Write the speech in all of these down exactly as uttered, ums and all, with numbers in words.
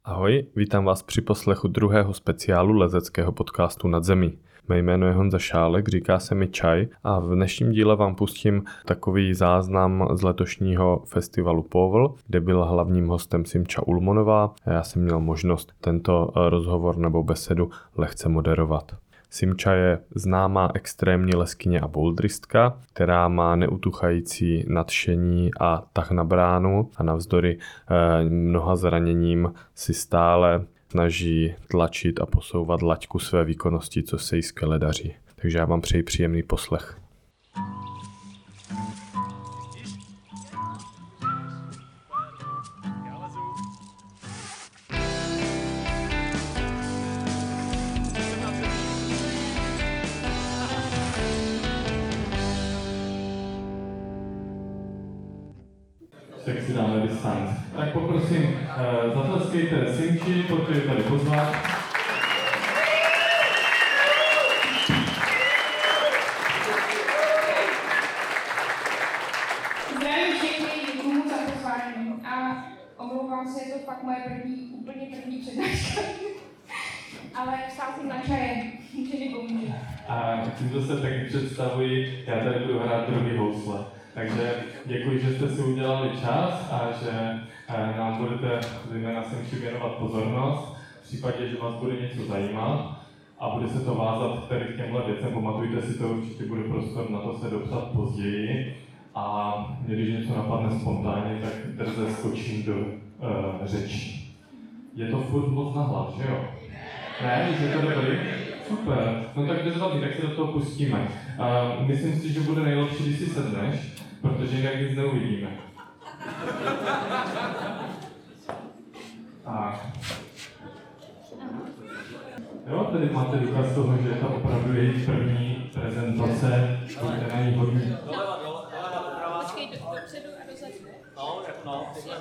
Ahoj, vítám vás při poslechu druhého speciálu lezeckého podcastu Nad zemí. Mé jméno je Honza Šálek, říká se mi Čaj a v dnešním díle vám pustím takový záznam z letošního festivalu Povl, kde byla hlavním hostem Simča Ulmonová a já jsem měl možnost tento rozhovor nebo besedu lehce moderovat. Simča je známá extrémní leskyně a bouldristka, která má neutuchající nadšení a tah na bránu a navzdory eh, mnoha zraněním si stále snaží tlačit a posouvat laťku své výkonnosti, co se jí skvěle daří. Takže já vám přeji příjemný poslech. Tak si dáme distanc. Tak poprosím, uh, zatleskejte Simči, protože je tady pozvat. Zdravím všechny, děkuju za pozvání a omlouvám se, je to fakt moje první, úplně první přednáška. Ale vstál jsem na čaje, že mi pomůže. A tímto se taky představuji, já tady budu hrát druhý housle. Takže děkuji, že jste si udělali čas a že nám budete zejména Simči věnovat pozornost. V případě, že vás bude něco zajímat a bude se to vázat tady k těmhle věcem, pamatujte si to, určitě bude prostor na to se dopsat později. A když něco napadne spontánně, tak drze skočím do uh, řečí. Je to furt moc nahlas, že jo? Ne, je to dobrý? Super, no tak bezvadný, tak se do toho pustíme. Uh, myslím si, že bude nejlepší, když si sedneš, protože jinak nic neuvidíme. Tak. Jo, tady máte důkaz toho, že je to opravdu její první prezentace, buďte na ní hodní. Počkej, dopředu a dozadu. No, no,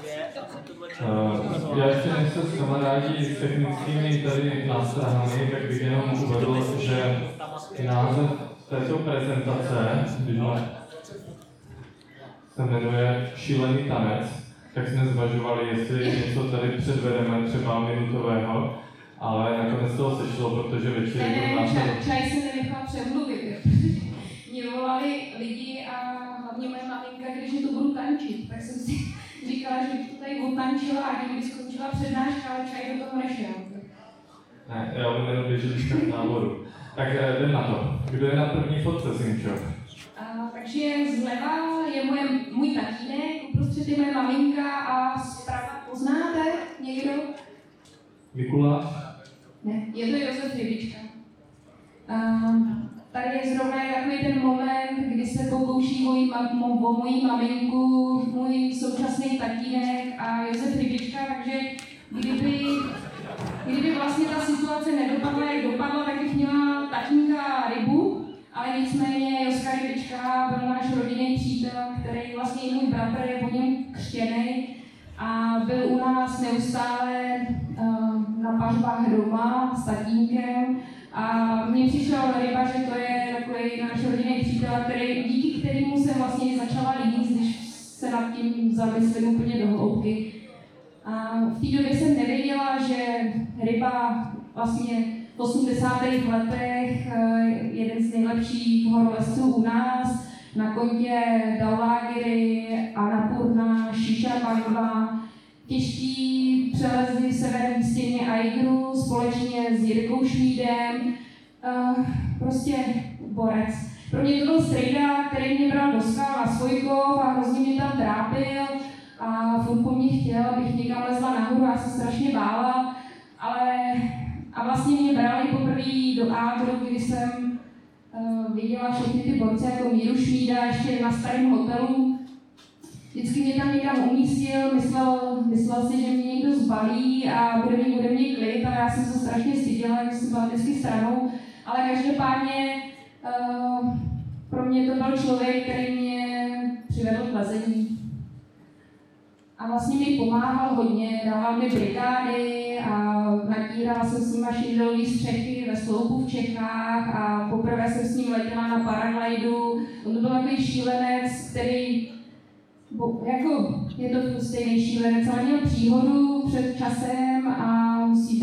Uh, já ještě než se s kamarádí s technickými tady nástrahami, tak bych jenom uvedl, že název této prezentace, když se jmenuje Šílený tanec, tak jsme zvažovali, jestli něco tady předvedeme třeba minutového, ale nakonec toho sešlo, protože večer Ne, budou ne, nás... čaj, čaj se nenechal přemluvit. Mě volali lidi a hlavně moje maminka, když to budu tančit, tak jsem si říkala, že bych to tady otančila a kdyby skončila přednáška, ale čaj do toho nešel. Ne, já budu jenom běželiška v návodu. Tak jdem na to. Kdo je na první fotce, Simčo? A, takže zleva je moje, můj tatínek, uprostřed je moje maminka a zprava poznáte někdo? Mikuláš? Ne, je to Josef Rybička. Um, tady je zrovna takový ten moment, kdy se pokouší mojí, ma- o mojí maminku, můj současný tatínek a Josef Rybička, takže kdyby, kdyby vlastně ta situace nedopadla, jak dopadla, tak bych měla tatínka a rybu, ale nicméně Joska Rybička byl náš rodinný přítel, který vlastně i můj bratr je po něm křtěnej a byl u nás neustále uh, na pařbách doma s tatínkem. A mně přišel ryba, že to je takový náš rodinný přítel, který, díky kterému jsem vlastně začala líst, když se nad tím zamyslím úplně do hloubky. A v té době jsem nevěděla, že ryba vlastně v osmdesátých letech jeden z nejlepších horolezců u nás, na kontě Dalvágiry, Annapurna, Šíšarmangla, těžký přelezy v severní stěně Aigru společně s Jirkou Šmídem, uh, prostě borec. Pro mě to byl strejda, který mě bral do skal na Svojkov a hrozně mě tam trápil a furt po mně chtěl, abych někam lezla nahoru, já se strašně bála, ale a vlastně mě brali poprvé do Ádru, kdy jsem uh, viděla všechny ty borce jako Míru Šmída ještě na starém hotelu. Vždycky mě tam někam umístil, myslel, myslel si, že mě někdo zbalí a bude mít ode mě klid a já jsem se strašně styděla, že jsem byla vždycky stranou, ale každopádně uh, pro mě to byl člověk, který mě přivedl k lezení. A vlastně mi pomáhal hodně, dával mi brigády a natírala jsem s nima šindelový střechy ve sloupu v Čechách a poprvé jsem s ním letěla na paraglidu. On to byl takový šílenec, který bo, jako je to stejný šílenec, ale měl příhodu před časem a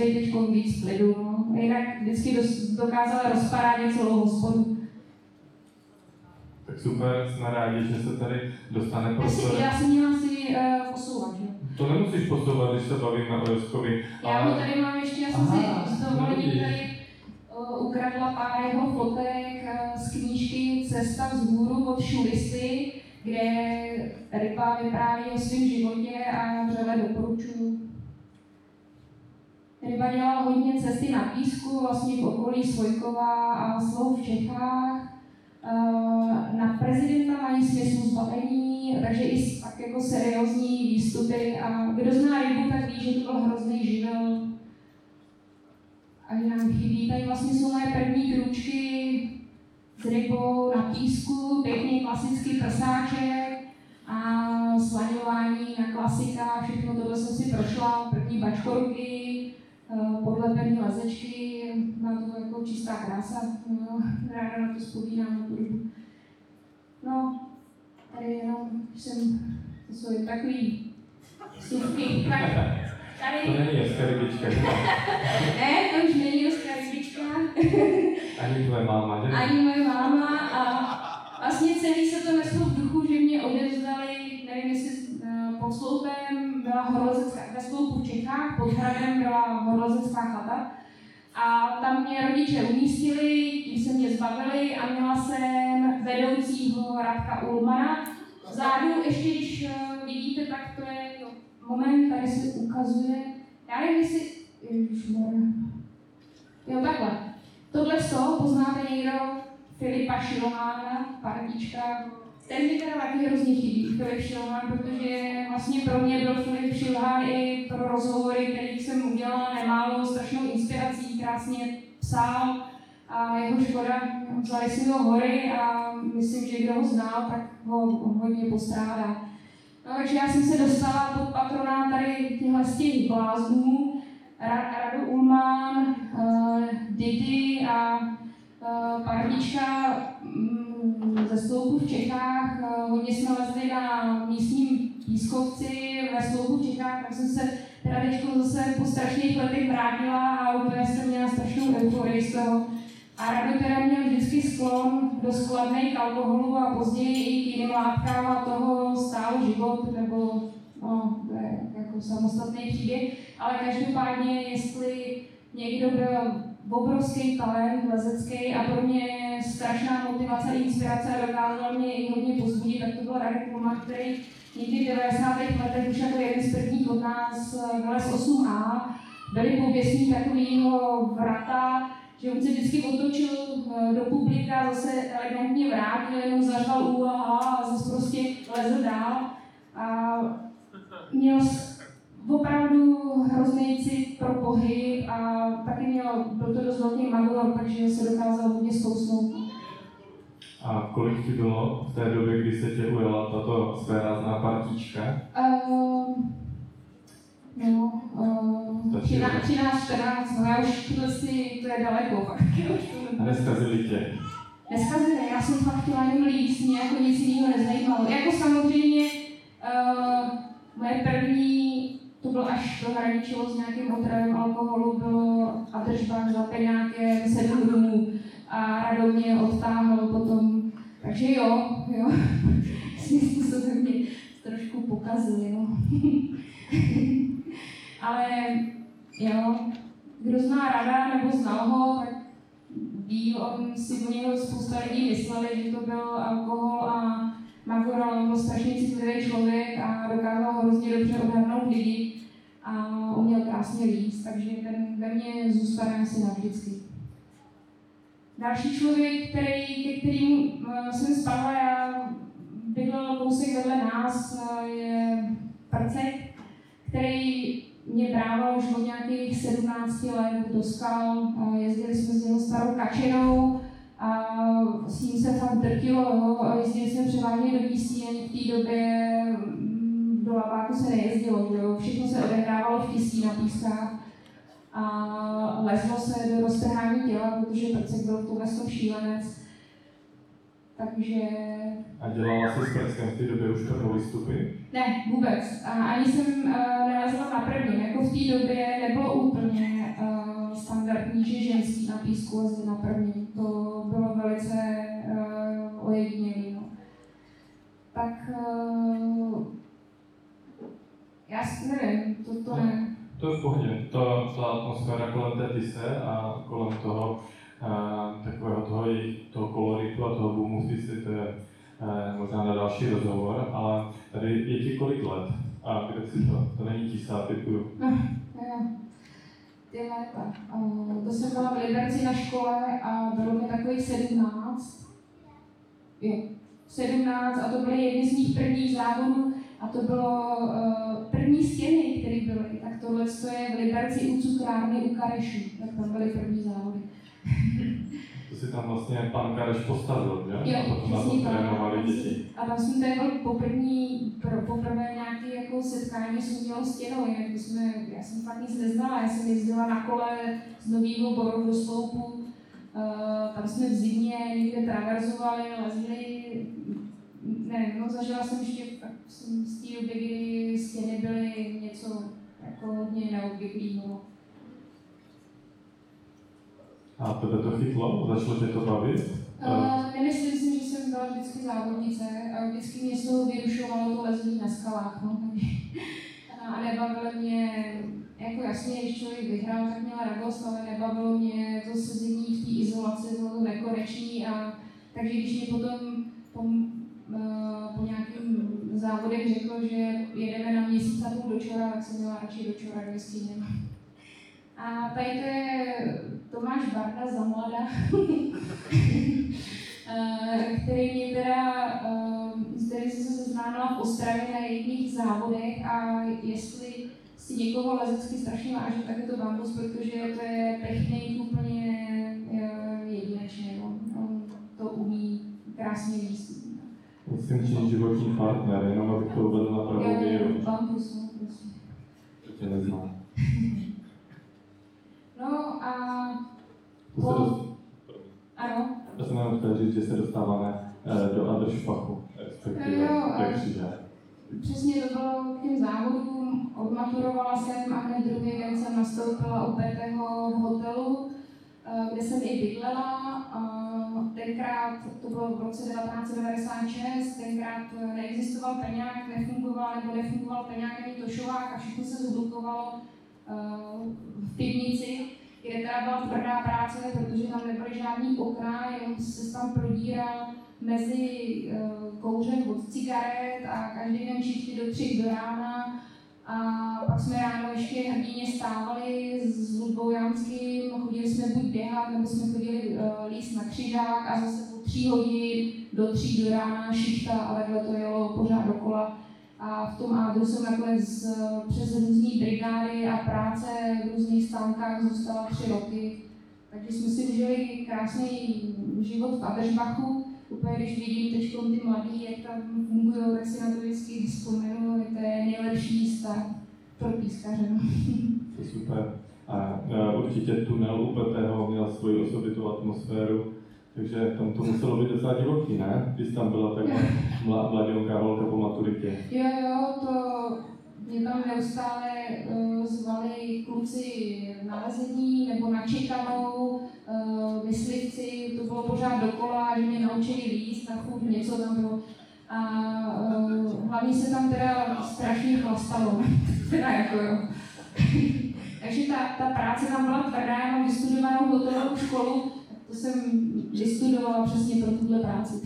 být teď víc klidu. No. Jinak vždycky dos, dokázala rozparádit celou hospodu. Tak super, jsme rádi, že se tady dostane prostor. Já jsem měla si uh, posouvat, že? To nemusíš posouvat, když se bavíme o Joskovi. Já mu tady mám ještě, já jsem Aha, si z dovolení tady uh, ukradla pár jeho fotek uh, z knížky Cesta vzhůru od Šulisty, kde ryba vypráví o svém životě a vřele doporučuji. Ryba dělala hodně cesty na písku, vlastně v okolí Svojkova a Slou v Čechách. Na prezidenta mají smysl zbavení, takže i tak jako seriózní výstupy. A kdo zná rybu, tak ví, že to byl hrozný živel. A že nám chybí. Tady vlastně jsou moje první krůčky s rybou na písku, pěkný klasický prsáček a slaňování na klasika. Všechno tohle jsem si prošla, první bačkorky, podlepený lezečky, má to jako čistá krása, no, ráda na to vzpomínám na tu rybu. No, tady jenom jsem, to jsou takový suvky, tak tady... To není hezká rybička. Ne, to už není hezká rybička. Ani tvoje máma, že? Ani moje máma a vlastně celý se to neslo v duchu, že mě odevzdali, nevím jestli uh, pod sloupem byla horolezecká, ve sloupu v Čechách, pod hradem byla horolezecká chata a tam mě rodiče umístili, tím se mě zbavili a měla jsem vedoucího Radka Ulmana. Vzadu, ještě když uh, vidíte, tak to je jo, moment, tady se ukazuje, já nevím, jestli, ježišmarja, jo takhle, tohle z toho poznáte někdo, Filipa Šilhána, partička. Ten mi teda taky hrozně chybí, Filip Šilhán, protože vlastně pro mě byl Filip Šilhán i pro rozhovory, kterých jsem udělala nemálo, strašnou inspirací, krásně psal a jeho škoda, vzali si ho hory a myslím, že kdo ho znal, tak ho hodně postrádá. No, takže já jsem se dostala pod patronát tady těchhle z těch bláznů, Radu Ulman, uh, Didi a uh, partička um, ze sloupu v Čechách. Uh, hodně jsme lezli na místním pískovci ve sloupu v Čechách, tak jsem se teda teď zase po strašných letech vrátila a úplně jsem měla strašnou euforii z toho. A Radu teda měl vždycky sklon do skladnej k alkoholu a později i k jiným látkám a toho stál život, nebo no, to je jako samostatný příběh, ale každopádně, jestli někdo byl obrovský talent lezecký a pro mě strašná motivace a inspirace a dokázal mě i hodně pozbudit, tak to byl Radek Ulman, který někdy v devadesátých letech už jako jeden z prvních od nás vylez osm A, byli pověstní takovýho vrata, že on se vždycky otočil do publika, zase elegantně vrátil, jenom zařval úlaha a zase prostě lezl dál. A měl opravdu hrozný cit pro pohyb a taky měl, byl to dost velký magor, takže se dokázal hodně zkousnout. A kolik ti bylo v té době, kdy se tě ujela tato svérázná partička? Uh, no, uh, třináct, čtrnáct, no já už to si, to je daleko fakt. A neskazili tě? Neskazili, já jsem fakt chtěla jenom líst, mě jako nic jiného nezajímalo. Jako samozřejmě, uh, moje první, to bylo až to hraničilo s nějakým otravem alkoholu, bylo Adržbach za peňákem, sedm rumů a Rado mě odtáhl potom. Takže jo, jo, svým způsobem mě trošku pokazili, no. Ale jo, kdo zná Rada nebo znal ho, tak ví, on si o něho spousta lidí mysleli, že to byl alkohol a magor, ale on byl strašně citlivý člověk a dokázal hrozně dobře odhadnout lidi a uměl krásně líst, takže ten ve mně zůstane asi navždycky. Další člověk, který, ke kterým uh, jsem spadla, já bydlel kousek vedle nás, uh, je Prcek, který mě brával už od nějakých sedmnácti let do skal. Uh, jezdili jsme s jeho starou kačenou a s ním se fakt drtilo. Uh, jezdili jsme převážně do Tisíně, v té době um, do Labáku se nejezdilo, jo? Všechno se odehrávalo v Tisí na pískách. A lezlo se do roztrhání těla, protože Prcek byl v tomhle šílenec. Takže... A dělala jsi s Prckem v té době už první výstupy? Ne, vůbec. A ani jsem uh, nelezla na první. Jako v té době nebylo úplně standardní, že ženský na písku lezli na první. To bylo velice uh, ojedinělé. No. Tak uh, já si nevím, to, to ne. To je v pohodě. To, ta atmosféra kolem té Tise a kolem toho uh, takového toho, toho koloritu a toho boomu v Tise, to je uh, možná na další rozhovor, ale tady je ti kolik let? A kde si to? To není Tisa, typuju. No, jo. Ty léta. Uh, to jsem byla v Liberci na škole a bylo mi takových sedmnáct. Jo, sedmnáct a to byly jedny z mých prvních závodů a to bylo uh, první stěny, které byly. Tak tohle je v Liberci u cukrárny u Karešu, tak tam byly první závody. To si tam vlastně pan Kareš postavil, že? Jo, a potom na to trénovali děti. A tam jsme tady byl poprvní, pro, poprvé nějaké jako setkání s umělou stěnou, jinak jsme, já jsem fakt nic neznala, já jsem jezdila na kole z Nového Boru do Sloupu, uh, tam jsme v zimě někde traverzovali, lezli, ne, no zažila jsem ještě jsem z té doby, kdy stěny byly něco jako hodně neobvyklého. A tebe to chytlo? Začalo tě to bavit? Uh, nemyslím si, že jsem byla vždycky závodnice. Vždycky mě z toho vyrušovalo to lezení na skalách. No. A nebavilo mě, jako jasně, když člověk vyhrál, tak měla radost, ale nebavilo mě to sezení v té izolaci, bylo to nekonečný. A, takže když mě potom po, uh, po nějakém závodech řekl, že jedeme na měsíc a půl do Čora, tak jsem měla radši do Čora, do Jeskyně. A tady to je Tomáš Barda za mlada, který mě teda, který jsem se seznámila v Ostravě na jedných závodech a jestli si někoho lezecky strašně váží, tak je to Bambus, protože to je technik úplně jedinečný, no. On to umí krásně víc. Myslím, že životní partner, jenom abych to uvedl na pravou míru. Bambus, no, prostě. To tě neznám. No a To se dost... ano. Já jsem jenom chtěl říct, že se dostáváme eh, do Adršpachu, respektive do Kříže. Přesně to bylo k těm závodům, odmaturovala jsem a hned druhý den jsem nastoupila u Petého v hotelu, kde jsem i bydlela. Tenkrát, to bylo v roce devatenáct set devadesát šest, tenkrát neexistoval peňák, nefungoval nebo nefungoval peňák ani tošovák a všechno se zhlukovalo v pivnici, kde teda byla tvrdá práce, protože tam nebyly žádný okna, jenom se tam prodíral mezi uh, kouřem od cigaret a každý den čisty do třech do rána. A pak jsme ráno ještě hrdinně stávali s Ludbou Janským, chodili jsme buď běhat, nebo jsme chodili uh, líst na křižák a zase po tří hodin do tří do rána šichta, ale takhle to jelo pořád dokola. A v tom Ádru jsem nakonec přes různý brigády a práce v různých stánkách zůstala tři roky. Takže jsme si užili krásný život v Adršbachu. Úplně když vidím teď ty mladí, jak tam fungují, tak si na to vždycky vzpomenu, to je nejlepší start pro pískaře. To je super. A určitě tunel u Petého měl svoji osobitou atmosféru, takže tam to muselo být docela divoký, ne? Když tam byla taková mladionká holka po maturitě. Jo, jo, to mě tam neustále uh, zvali kluci na lezení nebo na čekanou, uh, myslivci, to bylo pořád dokola, že mě naučili líst a furt něco tam bylo. A uh, hlavně se tam teda strašně chlastalo, teda jako jo. Takže ta, ta práce tam byla tvrdá, já mám vystudovanou hotelovou školu, to jsem vystudovala přesně pro tuhle práci.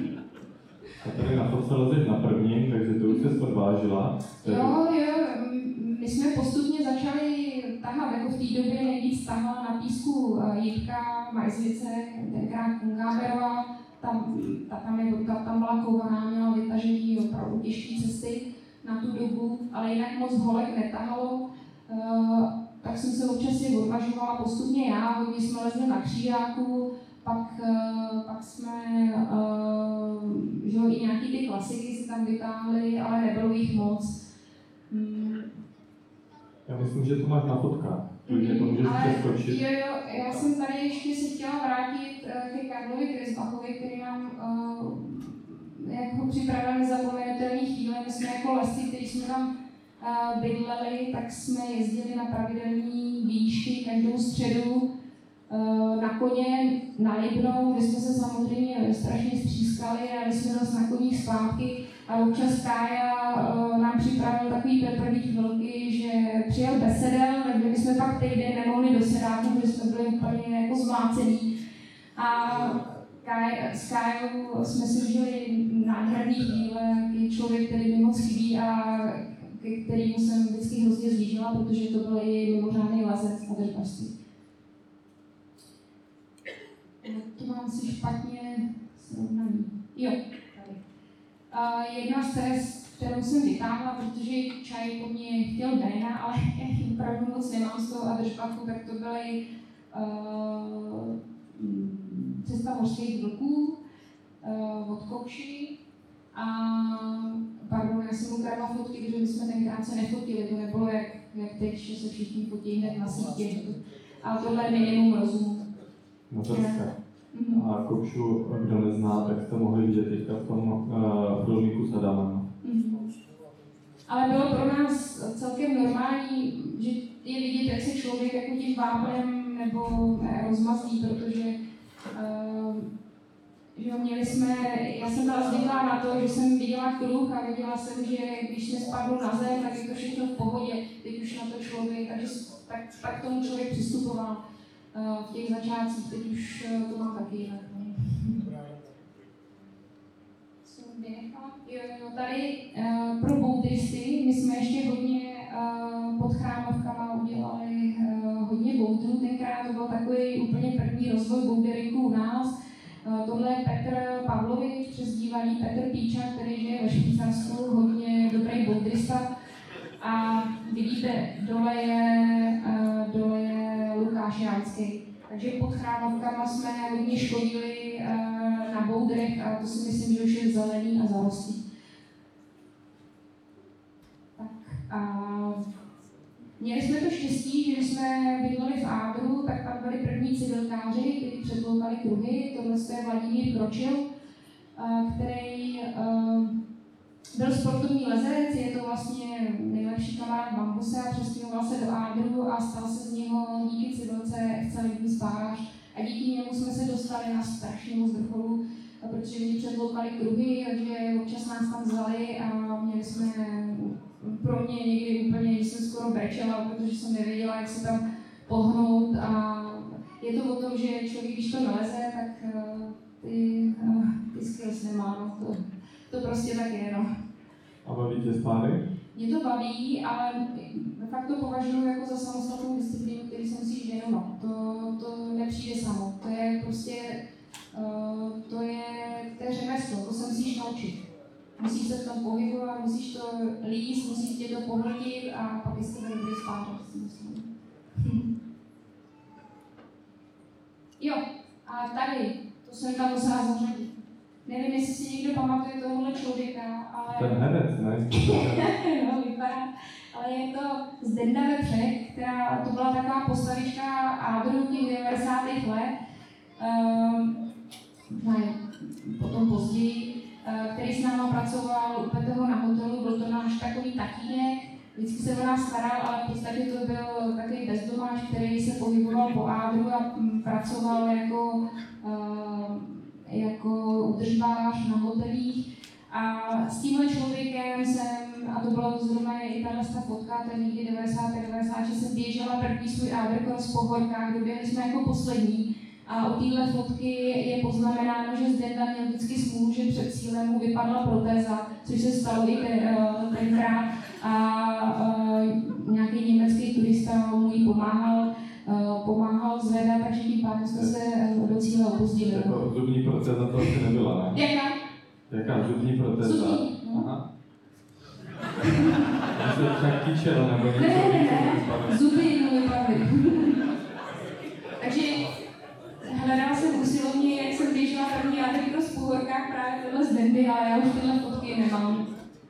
A tady na fotce lezeš na prvním, takže to už se odvážila. Jo, jo, my jsme postupně začali tahat, jako v té době nejvíc tahala na písku Jitka Majzlice, tenkrát Kungáberová, tam, ta, tam, je, ta, tam byla kovaná, měla vytažený opravdu těžké cesty na tu dobu, ale jinak moc holek netahalo. Uh, tak jsem se občas je odvažovala postupně já, hodně jsme lezli na křížáku, pak, uh, pak jsme uh, že i nějaký ty klasiky si tam vytáhli, ale nebylo jich moc. Hmm. Já myslím, že to máš na fotkách, takže to můžeš přeskočit. Jo, jo, já jsem tady ještě se chtěla vrátit uh, ke Karlovi Kresbachovi, který nám uh, jak ho připravil nezapomenutelný chvíle. My jsme jako lesci, kteří jsme tam uh, bydleli, tak jsme jezdili na pravidelné výšky každou středu na koně na Libnou, kde jsme se samozřejmě strašně střískali a jeli jsme zase na koních zpátky a občas Kája nám připravil takový peprný chvilky, že přijel bez sedel, takže my jsme pak týden nemohli do sedáku, protože jsme byli úplně jako zmácený. A Kaj, s Kájou jsme si užili nádherný díle, je člověk, který mi moc chybí a ke kterému jsem vždycky hrozně zlížila, protože to byl i mimořádný lezec a držbařství. To mám si špatně srovnaný. Jo, tady. Uh, jedna z cest, kterou jsem vytáhla, protože Čaj po mně chtěl Dana, ale já opravdu moc nemám z toho a držbachu, tak to byly uh, cesta mořských vlků uh, od Kokši. A pardon, já jsem ukradla fotky, protože my jsme tenkrát se nefotili, to nebylo jak, jak teď, že se všichni fotí hned na sítě. Ale tohle je minimum rozumu. Mateřka. A Kokšu, kdo nezná, tak jste mohli vidět teďka v tom uh, filmiku s Adamem. Mm. Ale bylo pro nás celkem normální, že je vidět, jak se člověk jako tím vápnem nebo rozmazlí, protože uh, že měli jsme, já jsem byla zvyklá na to, že jsem viděla kruh a viděla jsem, že když nespadnu na zem, tak je to všechno v pohodě, teď už na to člověk, takže tak, tak tomu člověk přistupoval uh, v těch začátcích, teď už uh, to mám taky jinak. Jo, jo, tady uh, pro boudristy, my jsme ještě hodně uh, pod Chrámovkama udělali uh, hodně boudrů, tenkrát to byl takový úplně první rozvoj bouderingu u nás. Uh, tohle je Petr Pavlovič, přezdívaný Petr Píča, který žije ve Švýcarsku, hodně dobrý boudrista. A vidíte, dole je, uh, dole je Lukáš Jánský. Takže pod Chrámovkama jsme hodně škodili uh, na boudrech a to si myslím, že už je zelený a zarostlý. Tak a měli jsme to štěstí, že když jsme bydleli v Ádru, tak tam byli první civilkáři, kteří předloukali kruhy. Tohle je Vladimír Kročil, uh, který uh, byl sportovní lezec, je to vlastně nejlepší kamarád Bambuse a přestěhoval se do Ádru a stal se z něho díky civilce excelentní spář. A díky němu jsme se dostali na strašně moc vrcholů, protože oni předloukali kruhy, takže občas nás tam vzali a měli jsme pro mě někdy úplně, když jsem skoro brečela, protože jsem nevěděla, jak se tam pohnout. A je to o tom, že člověk, když to naleze, tak ty, ty skills nemá. No, to, to prostě tak je. No. A baví tě spáry? Mě to baví, ale fakt to považuji jako za samostatnou disciplínu, který se musíš věnovat. To, to nepřijde samo. To je prostě, uh, to je, to je řemeslo, to se musíš naučit. Musíš se v tom pohybovat, musíš to líst, musíš tě to pohltit a pak jsi to dobrý spář, si myslím. Jo, a tady, to jsem tam musela zařadit. Nevím, jestli si někdo pamatuje tohohle člověka, ale... Ten herec, ne? No, vypadá. Ale je to Zdenda Vepřek, která to byla taková postavička Ádru těch devadesátých let, um, ne, potom později, uh, který s náma pracoval u Peteho na hotelu, byl to náš takový tatínek, vždycky se o nás staral, ale v podstatě to byl takový bezdomáč, který se pohyboval po Ádru a um, pracoval jako uh, jako udržbář na hotelích. A s tímhle člověkem jsem, a to bylo zrovna i tahle fotka, to je někdy devadesát devadesát šest, jsem běžela první svůj Ádrcross po horkách, doběhli jsme jako poslední. A u téhle fotky je poznamenáno, že Zdenda měl vždycky smůlu, že před cílem mu vypadla protéza, což se stalo i ten, tenkrát. A, a nějaký německý turista mu jí pomáhal. Uh, pomáhal zvedat, takže tím pádem jsme se do cíle opozdili. Jako zubní protéza to asi nebyla, ne? Jaká? Jaká zubní protéza? Zubní, no. Aha. Jsi však kýčel, nebo něco? Ne, ne, ne, zuby mu vypadly. Takže hledala jsem usilovně, jak jsem běžela první Ádrcross po horkách právě tohle z Dendy, ale já už tyhle fotky nemám.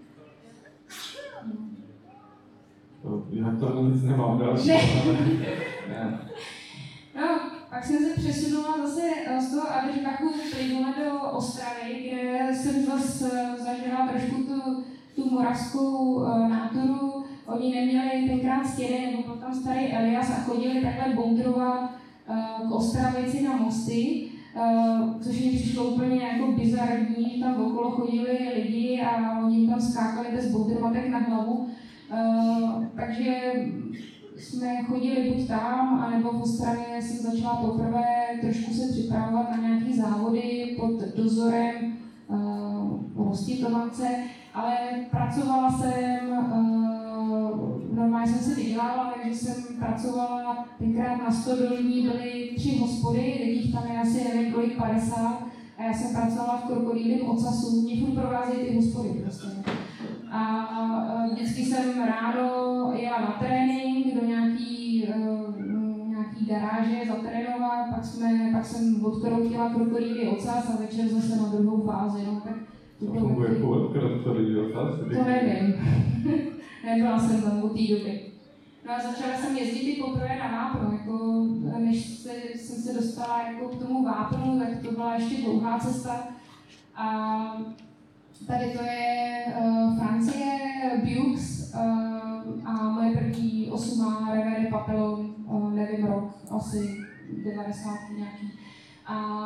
Já to nic nemám další. Ne. Ne. No, pak jsem se přesunula zase z toho Ádrbachu plynule do Ostravy, kde jsem zase zažila trošku tu, tu moravskou uh, náturu. Oni neměli tenkrát stěny, nebo byl tam starý Elias a chodili takhle boudrovat k Ostravici na mosty, což mi přišlo úplně jako bizarní, tam okolo chodili lidi a oni tam skákali bez bouldermatek na hlavu. Takže jsme chodili buď tam, anebo v Ostravě jsem začala poprvé trošku se připravovat na nějaké závody pod dozorem uh, hostitovance, ale pracovala jsem, uh, normálně jsem se vydělávala, takže jsem pracovala tenkrát na Stodolní, byly tři hospody, lidí tam je asi nevím kolik, padesát, a já jsem pracovala v krokodýlím ocasu, mě furt provázejí ty hospody prostě. A vždycky jsem ráno jela na trénink do nějaký, uh, nějaký garáže zatrénovat, pak, jsme, pak jsem odkroutila krokodýlí ocas a večer zase na druhou fázi. No, tak to funguje furt, krokodýlí ocas? To nevím. Nebyla jsem tam od té doby. No a začala jsem jezdit i poprvé na vápno, jako, než se, jsem se dostala jako k tomu vápnu, tak to byla ještě dlouhá cesta. A tady to je uh, Francie, Bux uh, a moje první osma Revere Papillon, uh, nevím rok, asi devadesátky nějaký. A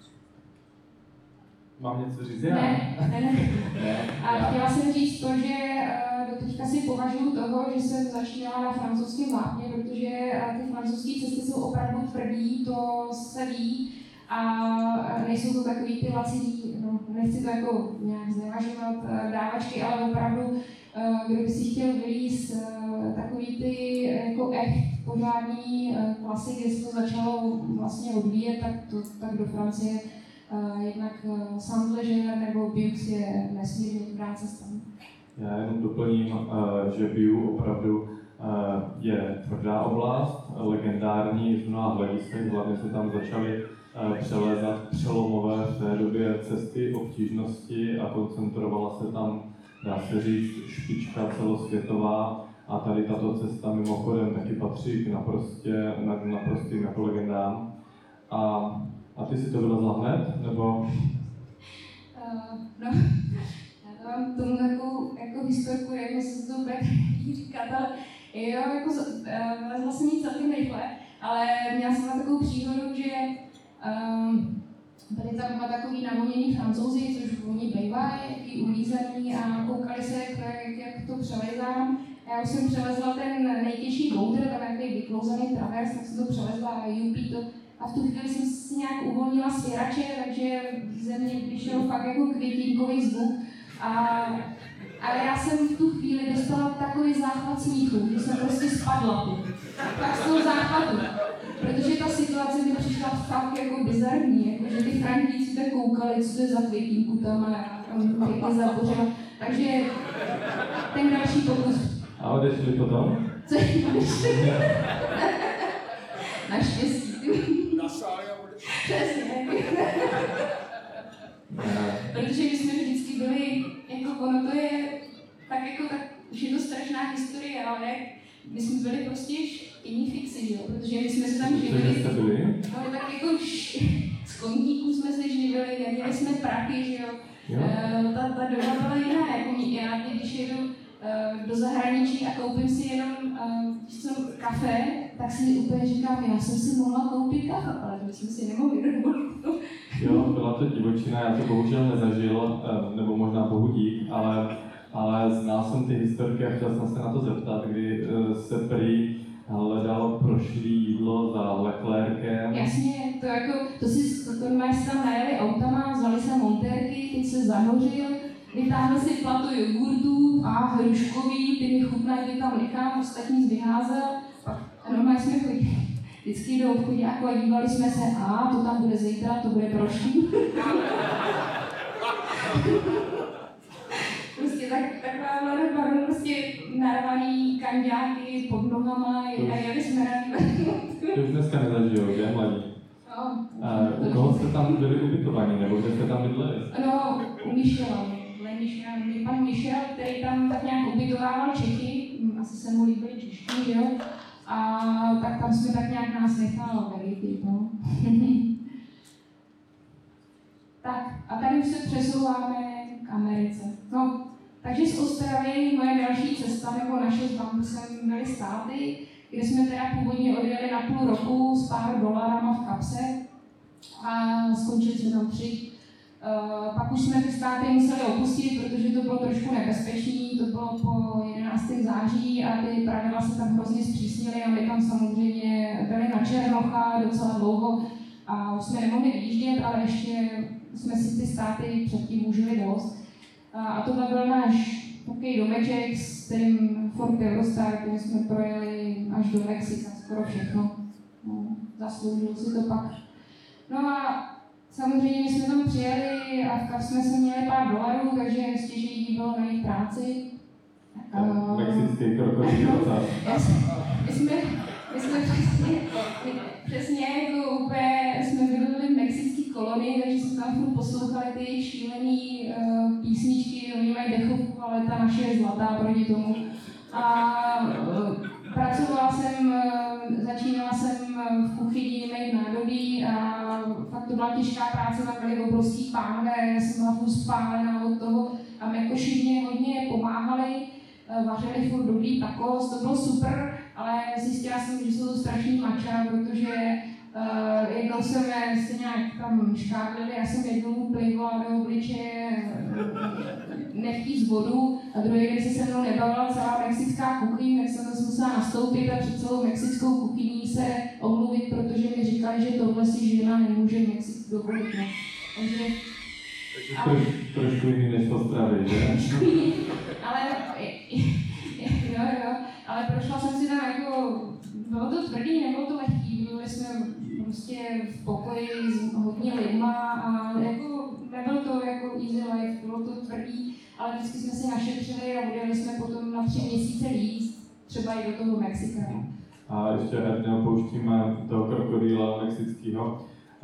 mám něco říct? Ne, ne, ne. A chtěla jsem říct to, že uh, do teďka si považuji toho, že jsem začínala na francouzském vápně, protože uh, ty francouzské cesty jsou opravdu tvrdý, to se ví. A nejsou to takový ty laciný, no, nechci to jako nějak znevažovat dávačky, ale opravdu, kdo by si chtěl vylíz takový ty jako echt pořádný klasy, kde se to začalo vlastně odvíjet, tak, to, tak do Francie jednak Saint-Léger nebo Bux je nesmírně dobrá cesta. Já jenom doplním, že Biu opravdu je tvrdá oblast, legendární z mnoha hledisek, hlavně se tam začaly přelézat přelomové v té době cesty obtížnosti a koncentrovala se tam, dá se říct, špička celosvětová a tady tato cesta mimochodem taky patří k naprostě, naprostým jako legendám. A, a ty si to vylezla hned, nebo? Uh, no, já mám tomu takovou jako historku, jako se to bude říkat, ale jo, jako uh, vylezla jsem jí celkem rychle, ale měla jsem na takovou příhodu, že Um, byli tam dva takový navonění Francouzi, což oni bývají, jaký ulízený a koukali se, jak, jak to přelezám. Já už jsem přelezla ten nejtěžší boulder, tam nějaký vyklouzený travers, tak jsem to přelezla a jupí to. A v tu chvíli jsem si nějak uvolnila svěrače, takže ze mě vyšel fakt jako květinkový zvuk. A, ale já jsem v tu chvíli dostala takový záchvat smíchu, že jsem prostě spadla. Tak z toho záchvatu. Protože ta situace mi přišla fakt jako bizarní, jako že ty Frantíci tak koukali, co to je za květínku tam a on pěkně zabořila. Takže ten další pokus. A odešli potom? Co je odešli? Naštěstí. Na sále a odešli. Přesně. Protože my jsme vždycky byli, jako ono to je, tak jako tak, už je to strašná historie, ale my jsme byli prostě štění fixy, jo, protože my jsme se tam živili. Co jste byli? No tak jako š... z koníků jsme se živili, neměli jsme prachy, že jo. jo. Uh, ta, ta doba byla jiná, jako já když jedu uh, do zahraničí a koupím si jenom uh, kafe, tak si úplně říkám, já jsem si mohla koupit kafe, ale to jsme si nemohli dovolit. Jo, byla to divočina, já to bohužel nezažil, nebo možná bohu dík, ale, ale znal jsem ty historky a chtěl jsem se na to zeptat, kdy se prý hledalo prošlý jídlo za Leclerkem. Jasně, to jako, to si, to, to máš tam najeli autama, vzali se montérky, teď se zahořil, vytáhl si plato jogurtů a hruškový, ty mi chutnají, ty tam nechám, ostatní vyházel. A normálně jsme chodili vždycky do obchodáku a dívali jsme se, a to tam bude zítra, to bude prošlý. Prostě tak, taková mladá, prostě narvaný kanďáky pod nohama a jeli jsme na To už dneska nezažijou, že, mladí? No. A u koho jste tam byli ubytovaní, nebo kde jste tam bydleli? No, u Michela. Pan Michel, který tam tak nějak ubytovával Čechy, asi se mu líbili Čeští, jo? A tak tam jsme tak nějak nás nechal vejít, no. Tak, a tady už se přesouváme k Americe. No, takže z Ostravy moje další cesta, nebo naše s bambusem byly státy, kde jsme teda původně odjeli na půl roku s pár dolarama v kapse a skončili jsme tam tři. Uh, pak už jsme ty státy museli opustit, protože to bylo trošku nebezpečné, to bylo po jedenáctého září a ty pravidla se tam hrozně zpřísnily a my tam samozřejmě byli na Černocha docela dlouho a už jsme nemohli vyjíždět, ale ještě jsme si ty státy předtím užili dost. Uh, a tohle byl náš takový domeček, s kterým Ford Eurostar, který jsme projeli až do Mexika, skoro všechno. No, zasloužil si to pak. No a samozřejmě my jsme tam přijeli a v kaf jsme se měli pár dolarů, takže stěžení bylo najít práci. Uh, Mexický krokodýl. My jsme, my jsme přesně, my, přesně jako úplně jsme bydleli v mexické kolonii, takže jsme tam furt poslouchali ty šílený uh, písničky, oni mají dechovku, ale ta naše je zlatá proti tomu. A uh, pracovala jsem, uh, začínala jsem v kuchyni mít nádobí a fakt to byla těžká práce, tam byly obrovský pánve, já jsem byla furt spálená od toho a Mekoši mě hodně pomáhali, vařili furt dobrý tacos, to bylo super, ale zjistila jsem, že jsou to strašný mača, protože uh, jednou jsem se nějak tam škádlili, já jsem jednou plivala do obličeje nechtít z vodu a druhý den se se mnou nebavila celá mexická kuchyň, tak jsem zase musela nastoupit a před celou mexickou kuchyní se omluvit, protože mi říkali, že tohle si žena nemůže v Mexiku dovolit. No. Takže ale, trošku jiný než to stravy, že? Trošku jiný, ale jo, jo, ale prošla jsem si tam jako, bylo to tvrdý, nebylo to lehký, byli jsme prostě v pokoji s hodně lidma a jako nebylo to jako easy life, bylo to tvrdý, ale vždycky jsme si našetřili a odjeli jsme potom na tři měsíce líst, třeba i do toho Mexika. A ještě hned neopouštíme toho krokodýla mexického.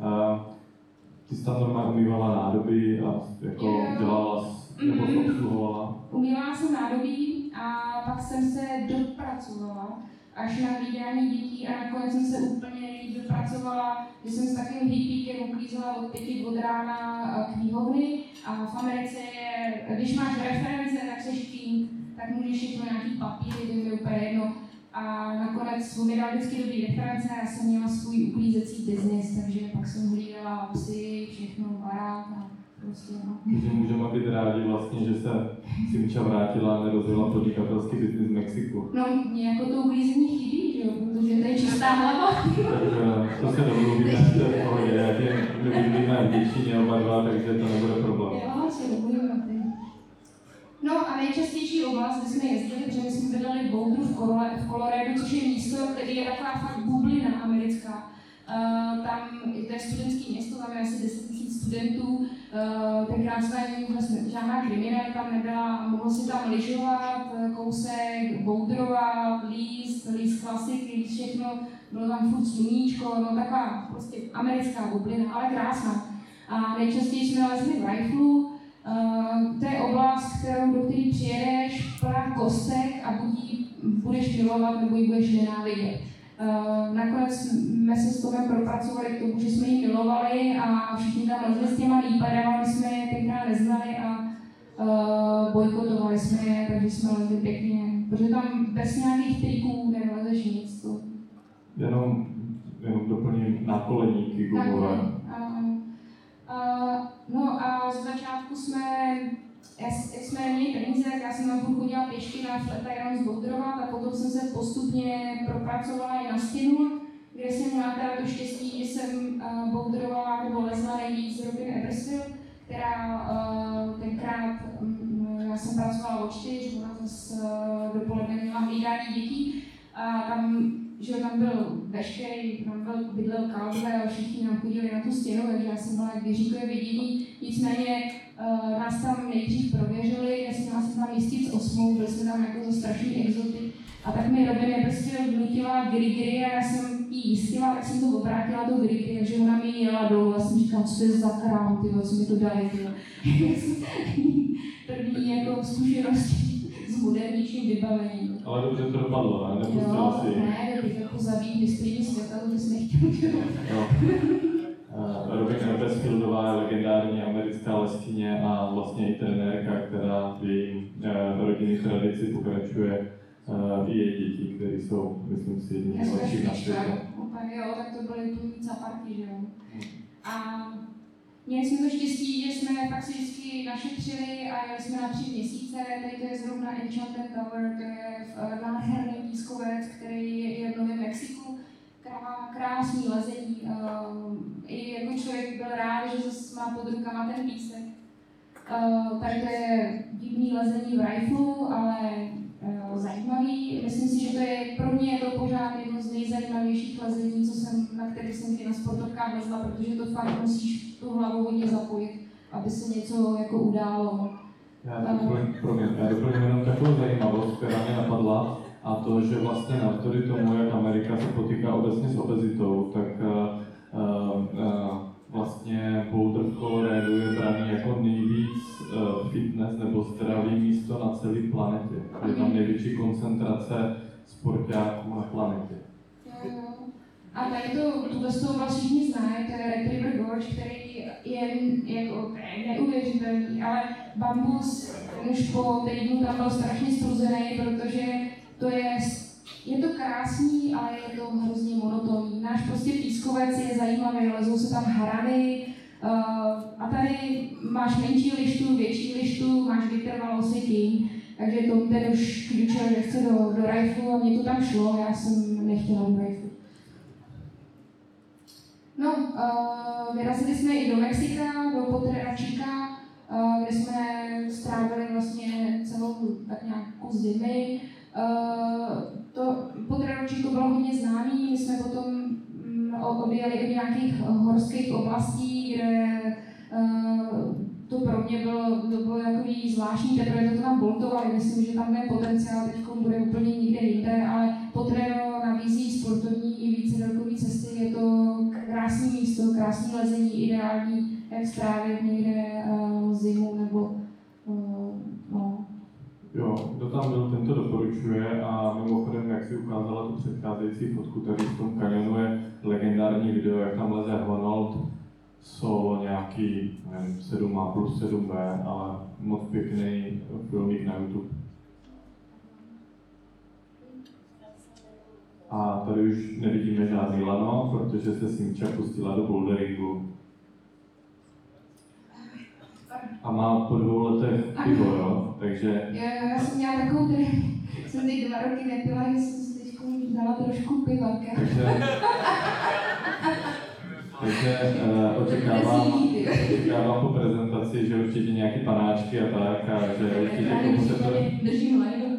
Ty jsi tam normálně umývala nádoby a jako yeah. dělala, nebo mm-hmm. obsluhovala? Umývala jsem nádobí a pak jsem se dopracovala až na hlídání dětí a nakonec jsem se úplně nejvíc dopracovala, že jsem s takovým hippíkem uklízela od pěti od rána knihovny a v Americe je, když máš reference, tak seš king, tak můžeš všechno nějaký papíry, to je úplně jedno. A nakonec mi dal vždycky dobrý reference, já jsem měla svůj uklízecí biznis, takže pak jsem hlídala psy, všechno, barák a prostě no. Takže můžeme být rádi vlastně, že se Simča vrátila a nerozjela podnikatelský biznis v Mexiku. No, mě jako to uklízení chybí, že jo, protože to je čistá hlava. Takže to se domluvíme, to je v pohodě, jak je bydlíme v Děčíně oba dva, takže to nebude problém. Jo, se domluvíme. No a nejčastější oblast, kde jsme jezdili, protože my jsme bydleli v Boulderu v Coloradu, což je místo, které je taková fakt bublina americká. Uh, tam, to je studentské město, tam je asi deset tisíc studentů, uh, tenkrát jsme vlastně žádná kriminalita tam nebyla, mohl si tam lyžovat, kousek, boulderovat, líst, líst klasiky, líst všechno, bylo tam furt sluníčko, no taková prostě americká bublina, ale krásná. A nejčastěji jsme lezli v Riflu. Uh, to je oblast, kterou, do které přijedeš plná kostek a buď ji budeš milovat, nebo ji budeš nenávidět. Uh, nakonec jsme se s Tomem propracovali k tomu, že jsme ji milovali a všichni tam lezli s těma lípadama, my jsme je tenkrát neznali a uh, bojkotovali jsme je, takže jsme lezli pěkně, protože tam bez nějakých triků nevlezeš nic. To... Jenom, jenom doplním nákoleníky gumové. Uh, no a z začátku jsme, jak jsme měli peníze, tak já jsem tam furt chodila pěšky na fleta jenom zboudrovat a potom jsem se postupně propracovala i na stěnu, kde jsem měla teda to štěstí, že jsem uh, boudrovala nebo lezla nejvíc z Robin Ebersville, která uh, tenkrát, um, já jsem pracovala od čtyř, ona zase uh, dopoledne měla hlídání dětí a tam že tam byl veškerý, tam byl bydlel Caldwell a všichni nám chodili na tu stěnu, takže já jsem byla jak věříkové vidění. Nicméně uh, nás tam nejdřív prověřili, já jsem měla se tam jistit s osmou, byli jsme tam jako za strašný exoty. A tak mi Robin prostě vnutila grigry a já jsem jí jistila, tak jsem to obrátila do grigry, takže ona mi jela dolů a jsem říkala, co to je za krám, tyhle, co mi to dali, tyhle. První jako zkušenosti s modernějším vybavením. Ale dobře to dopadlo, ne? Nepustila si. Ne, bych jako zabít mistryni světa, to bys nechtěl dělat. No. Uh, Robin Ebersfieldová je legendární americká leskyně a vlastně i trenérka, která v jejím uh, rodinné tradici pokračuje uh, i její děti, které jsou, myslím si, jedni z nejlepších na světě. Úplně jo, tak to byly plní caparky, že jo. A měli jsme to štěstí, že jsme pak si vždycky našetřili a jeli jsme na tři měsíce. Tady to je zrovna Enchanted Tower, to je nádherný pískovec, který je v Novém Mexiku. Krá, krásný lezení. Uh, I jako člověk byl rád, že zase má pod rukama ten písek. Uh, tady to je divný lezení v riflu, ale uh, zajímavý. Myslím si, že to je pro mě je to pořád jedno z nejzajímavějších lezení, co jsem, na který jsem kdy na sportovkách lezla, protože to fakt musíš tu hlavu hodně zapojit, aby se něco jako událo. Já doplním, promiň, já doplním jenom takovou zajímavost, která mě napadla, a to, že vlastně navzdory tomu, jak Amerika se potýká obecně s obezitou, tak uh, uh, vlastně Boulder v Coloradu je braný jako nejvíc uh, fitness nebo zdravý místo na celé planetě. Je tam největší koncentrace sportáků na planetě. Jo, jo. A tady to, tuto z toho vlastně všichni znají, to je Red River Gorge, který je jako neuvěřitelný, ale bambus už po týdnu tam byl strašně struzený, protože to je, je to krásný, ale je to hrozně monotónní. Náš prostě pískovec je zajímavý, lezou se tam harany uh, a tady máš menší lištu, větší lištu, máš vytrvalostí king, takže to ten už klíčel, že chce do, do riflu a mě to tam šlo, já jsem nechtěla do riflu. No, uh, vyrazili jsme i do Mexika, do Potrero Chica, uh, kde jsme strávili vlastně celou tak nějak kus zimy. Uh, to Potrero Chico bylo hodně známý, my jsme potom um, objeli i v nějakých horských oblastí, kde uh, to pro mě bylo, to bylo takový zvláštní, teprve to tam boltovali, myslím, že tam ten potenciál teď bude úplně nikde jinde, ale Potrero nabízí sportovní i vícedelkové cesty, je to krásné místo, krásné lezení, ideální, jak strávit někde uh, zimu nebo uh, no. Jo, kdo tam byl, ten to doporučuje a mimochodem, jak si ukázala tu předcházející fotku, tak v tom kanionu je legendární video, jak tam leze Ronald solo nějaký, nevím, sedm A plus sedm B, ale moc pěkný filmík na YouTube. A tady už nevidíme žádný lano, protože se Simča pustila do boulderingu. A má po dvou letech pivo, jo, takže... Já, já jsem měla takovou, který jsem teď dva roky nepila, že jsem si teď dala trošku piva. Takže, takže uh, očekávám, očekávám po prezentaci, že určitě nějaký panáčky a tak, a že určitě komu se to... Držím lajdu.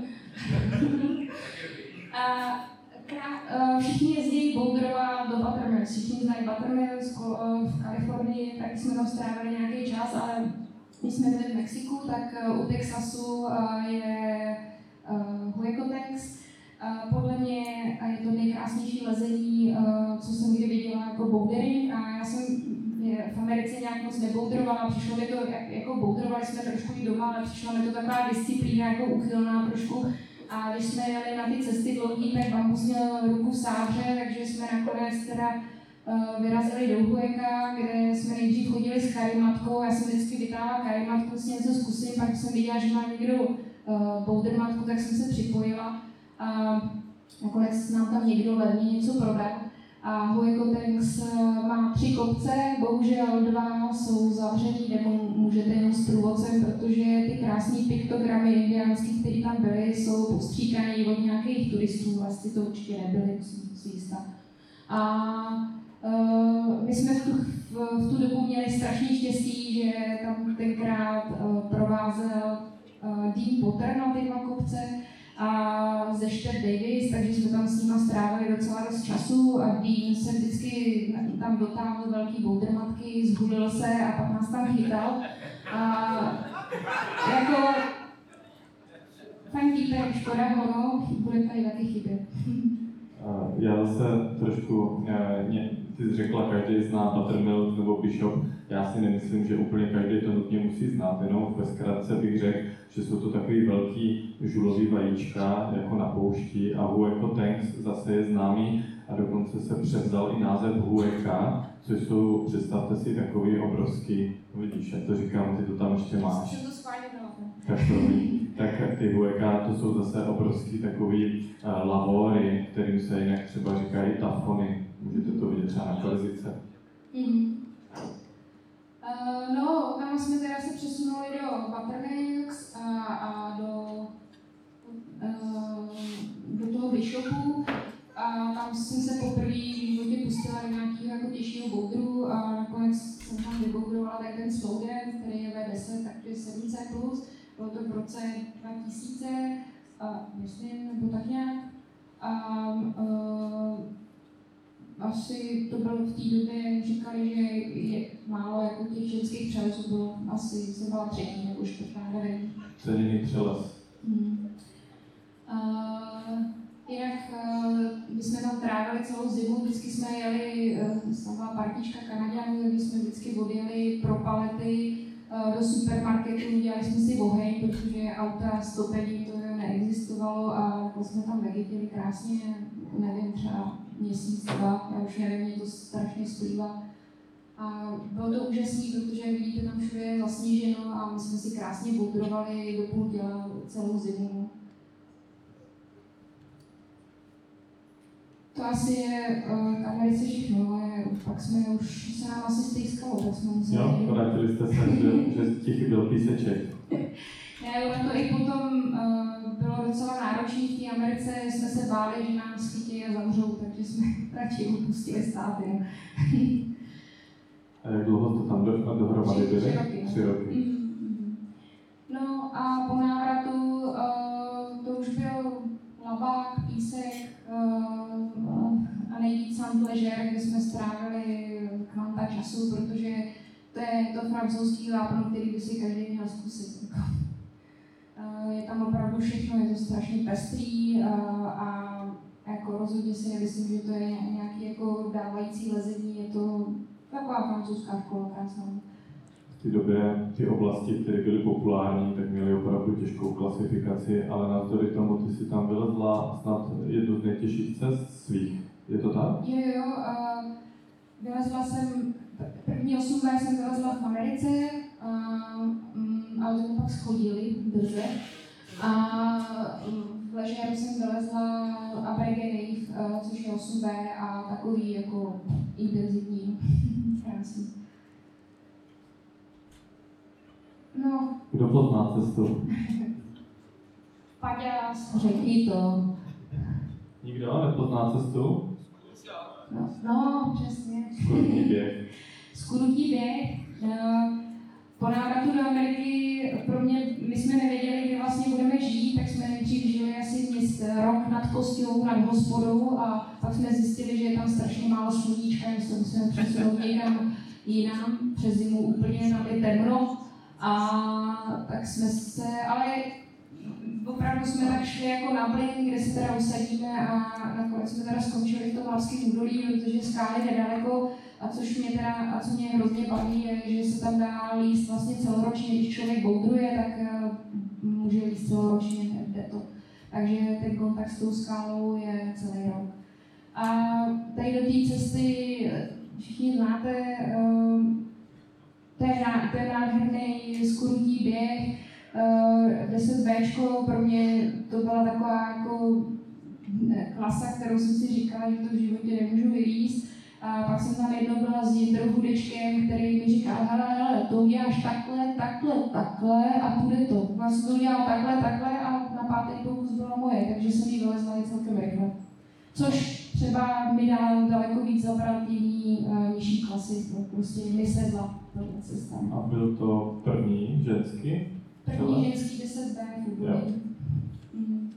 A krá, všichni jezdí boulderovat do Buttermills, všichni znají Buttermills v Kalifornii, tak jsme tam strávili nějaký čas, ale když jsme byli v Mexiku, tak u Texasu je Huecotex. Podle mě je to nejkrásnější lezení, co jsem kdy viděla jako bouldering, a já jsem v Americe nějak moc neboulderovala, přišlo mi to, jako boulderovali jsme trošku i doma, ale přišla mi to taková disciplína jako uchylná trošku. A když jsme jeli na ty cesty dlouhý, tak bambus měl ruku v sávře, takže jsme nakonec teda uh, vyrazili do Hueca, kde jsme nejdřív chodili s karimatkou. Já jsem vždycky vytáhla karimatku, s něco zkusím, pak jsem viděla, že má někdo uh, bouldermatku, tak jsem se připojila. A nakonec nám tam někdo levně něco prodal. A Huecotex má tři kopce, bohužel dva jsou zavřený, nebo můžete jenom s průvodcem, protože ty krásné piktogramy indiánský, které tam byly, jsou postříkané od nějakých turistů, vlastně to určitě nebyly, musím si jistá. A uh, my jsme v tu, v, v tu dobu měli strašně štěstí, že tam tenkrát uh, provázel uh, Dean Potter na ty dva kopce, a ze Štef Davis, takže jsme tam s nima strávili docela dost času a Dean se vždycky tam dotáhl velký bouldermatky, zhulil se a pak nás tam chytal. A jako fajn týpek, škoda ho, no, bude tady taky chybět. Já zase trošku, mě, ty jsi řekla, každý zná Buttermills nebo Bishop. Já si nemyslím, že úplně každý to nutně musí znát, jenom ve zkratce bych řekl, že jsou to takový velký žulový vajíčka, jako na poušti, a Huecotex zase je známý a dokonce se převzal i název Hueca, což jsou, představte si, takový obrovský, vidíš, jak to říkám, ty to tam ještě máš. Jsem to schválně dala. Tak to ví. tak ty hueká to jsou zase obrovský takový uh, lavory, kterým se jinak třeba říkají tafony. Můžete to vidět třeba na klasice. Mm-hmm. Uh, no, tam jsme teda se přesunuli do Buttermilks a, a do, uh, do toho Bishopu a tam jsem se poprvé v životě pustila do nějakého jako těžšího boulderu a nakonec jsem tam vybouderovala tak ten Snowden, který je V deset, takže sedm C plus, bylo to v roce dva tisíce, a myslím, nebo tak nějak. A, uh, asi to bylo v té době, říkali, že je málo jako těch ženských přelezů, bylo asi, jsem byla třetí nebo čtvrtá, nevím. Ceněný přelez. Hmm. Uh, jinak uh, my jsme tam trávili celou zimu, vždycky jsme jeli, uh, byla partička Kanaďanů, kdy jsme vždycky odjeli pro palety uh, do supermarketu, dělali jsme si oheň, protože auta s topením to neexistovalo a jako jsme tam vegetili krásně, nevím, třeba měsíc, dva, já už nevím, mě to strašně splývá. A bylo to úžasné, protože vidíte, tam všude je zasněženo a my jsme si krásně boudrovali do půl těla celou zimu. To asi je uh, k Americe všechno, ale pak jsme už se nám asi stejskalo, tak jsme museli... Jo, vrátili jste se, že, že ti chyběl píseček. Ne, ale to i potom uh, bylo docela náročné v té Americe, jsme se báli, že nás chytí a zavřou, takže jsme radši upustili státy. A jak dlouho jste tam do, dohromady byli? Tři roky. Tři roky. Mm-hmm. No a po návratu uh, to už byl labák, písek uh, a nejvíc Saint-Léger, kde jsme strávili kvanta času, protože to je to francouzský vápno, který by si každý měl zkusit. Je tam opravdu všechno, je to strašně pestrý a, a jako rozhodně si nemyslím, že to je nějaký jako dávající lezení, je to taková francouzská škola krásná. V té době ty oblasti, které byly populární, tak měly opravdu těžkou klasifikaci, ale navzdory tomu ty si tam vylezla snad jednu z nejtěžších cest svých. Je to tak? Jo, jo, uh, vylezla jsem, první osm let jsem vylezla v Americe, uh, um, ale to pak schodili drze. A v Ležéru jsem vylezla Abergeny, uh, což je osm bé a takový jako intenzivní, krásný. No. Kdo pozná cestu? Paďas, řekni to. Nikdo nepozná cestu? No, no přesně. Skurutí běh. Skurutí běh. Uh, po návratu do Ameriky pro mě, my jsme nevěděli, kde vlastně budeme žít, tak jsme nejdřív žili asi měst, rok nad Kostělou, nad hospodou a pak jsme zjistili, že je tam strašně málo sluníčka, my jsme museli přesunout někam jinam, přes zimu úplně na ty temno. A tak jsme se, ale opravdu jsme tak šli jako na blin, kde se teda usadíme a nakonec jsme teda skončili v tom Lavském údolí, protože skály nedaleko a což mě teda, a co mě hrozně baví, je, že se tam dá líst vlastně celoročně, když člověk boudruje, tak uh, může líst celoročně, jde to. Takže ten kontakt s tou skálou je celý rok. A tady do té cesty všichni znáte, uh, to je, to je nádherný skurutí běh, uh, deset béčko, pro mě to byla taková jako klasa, kterou jsem si říkala, že to v životě nemůžu vylízt. A pak jsem tam jednou byla s Jindrou Hudečkem, který mi říkal, hele, hele, to uděláš takhle, takhle, takhle a půjde to. Vlastně to udělal takhle, takhle a na pátý pokus byla moje, takže jsem jí vylezla i celkem rychle. Což třeba mi dá daleko víc zabrat jiný uh, nižší klasy, no, prostě mi sedla tato cesta. A byl to první ženský? První ženský deset bé v údolí. Mm.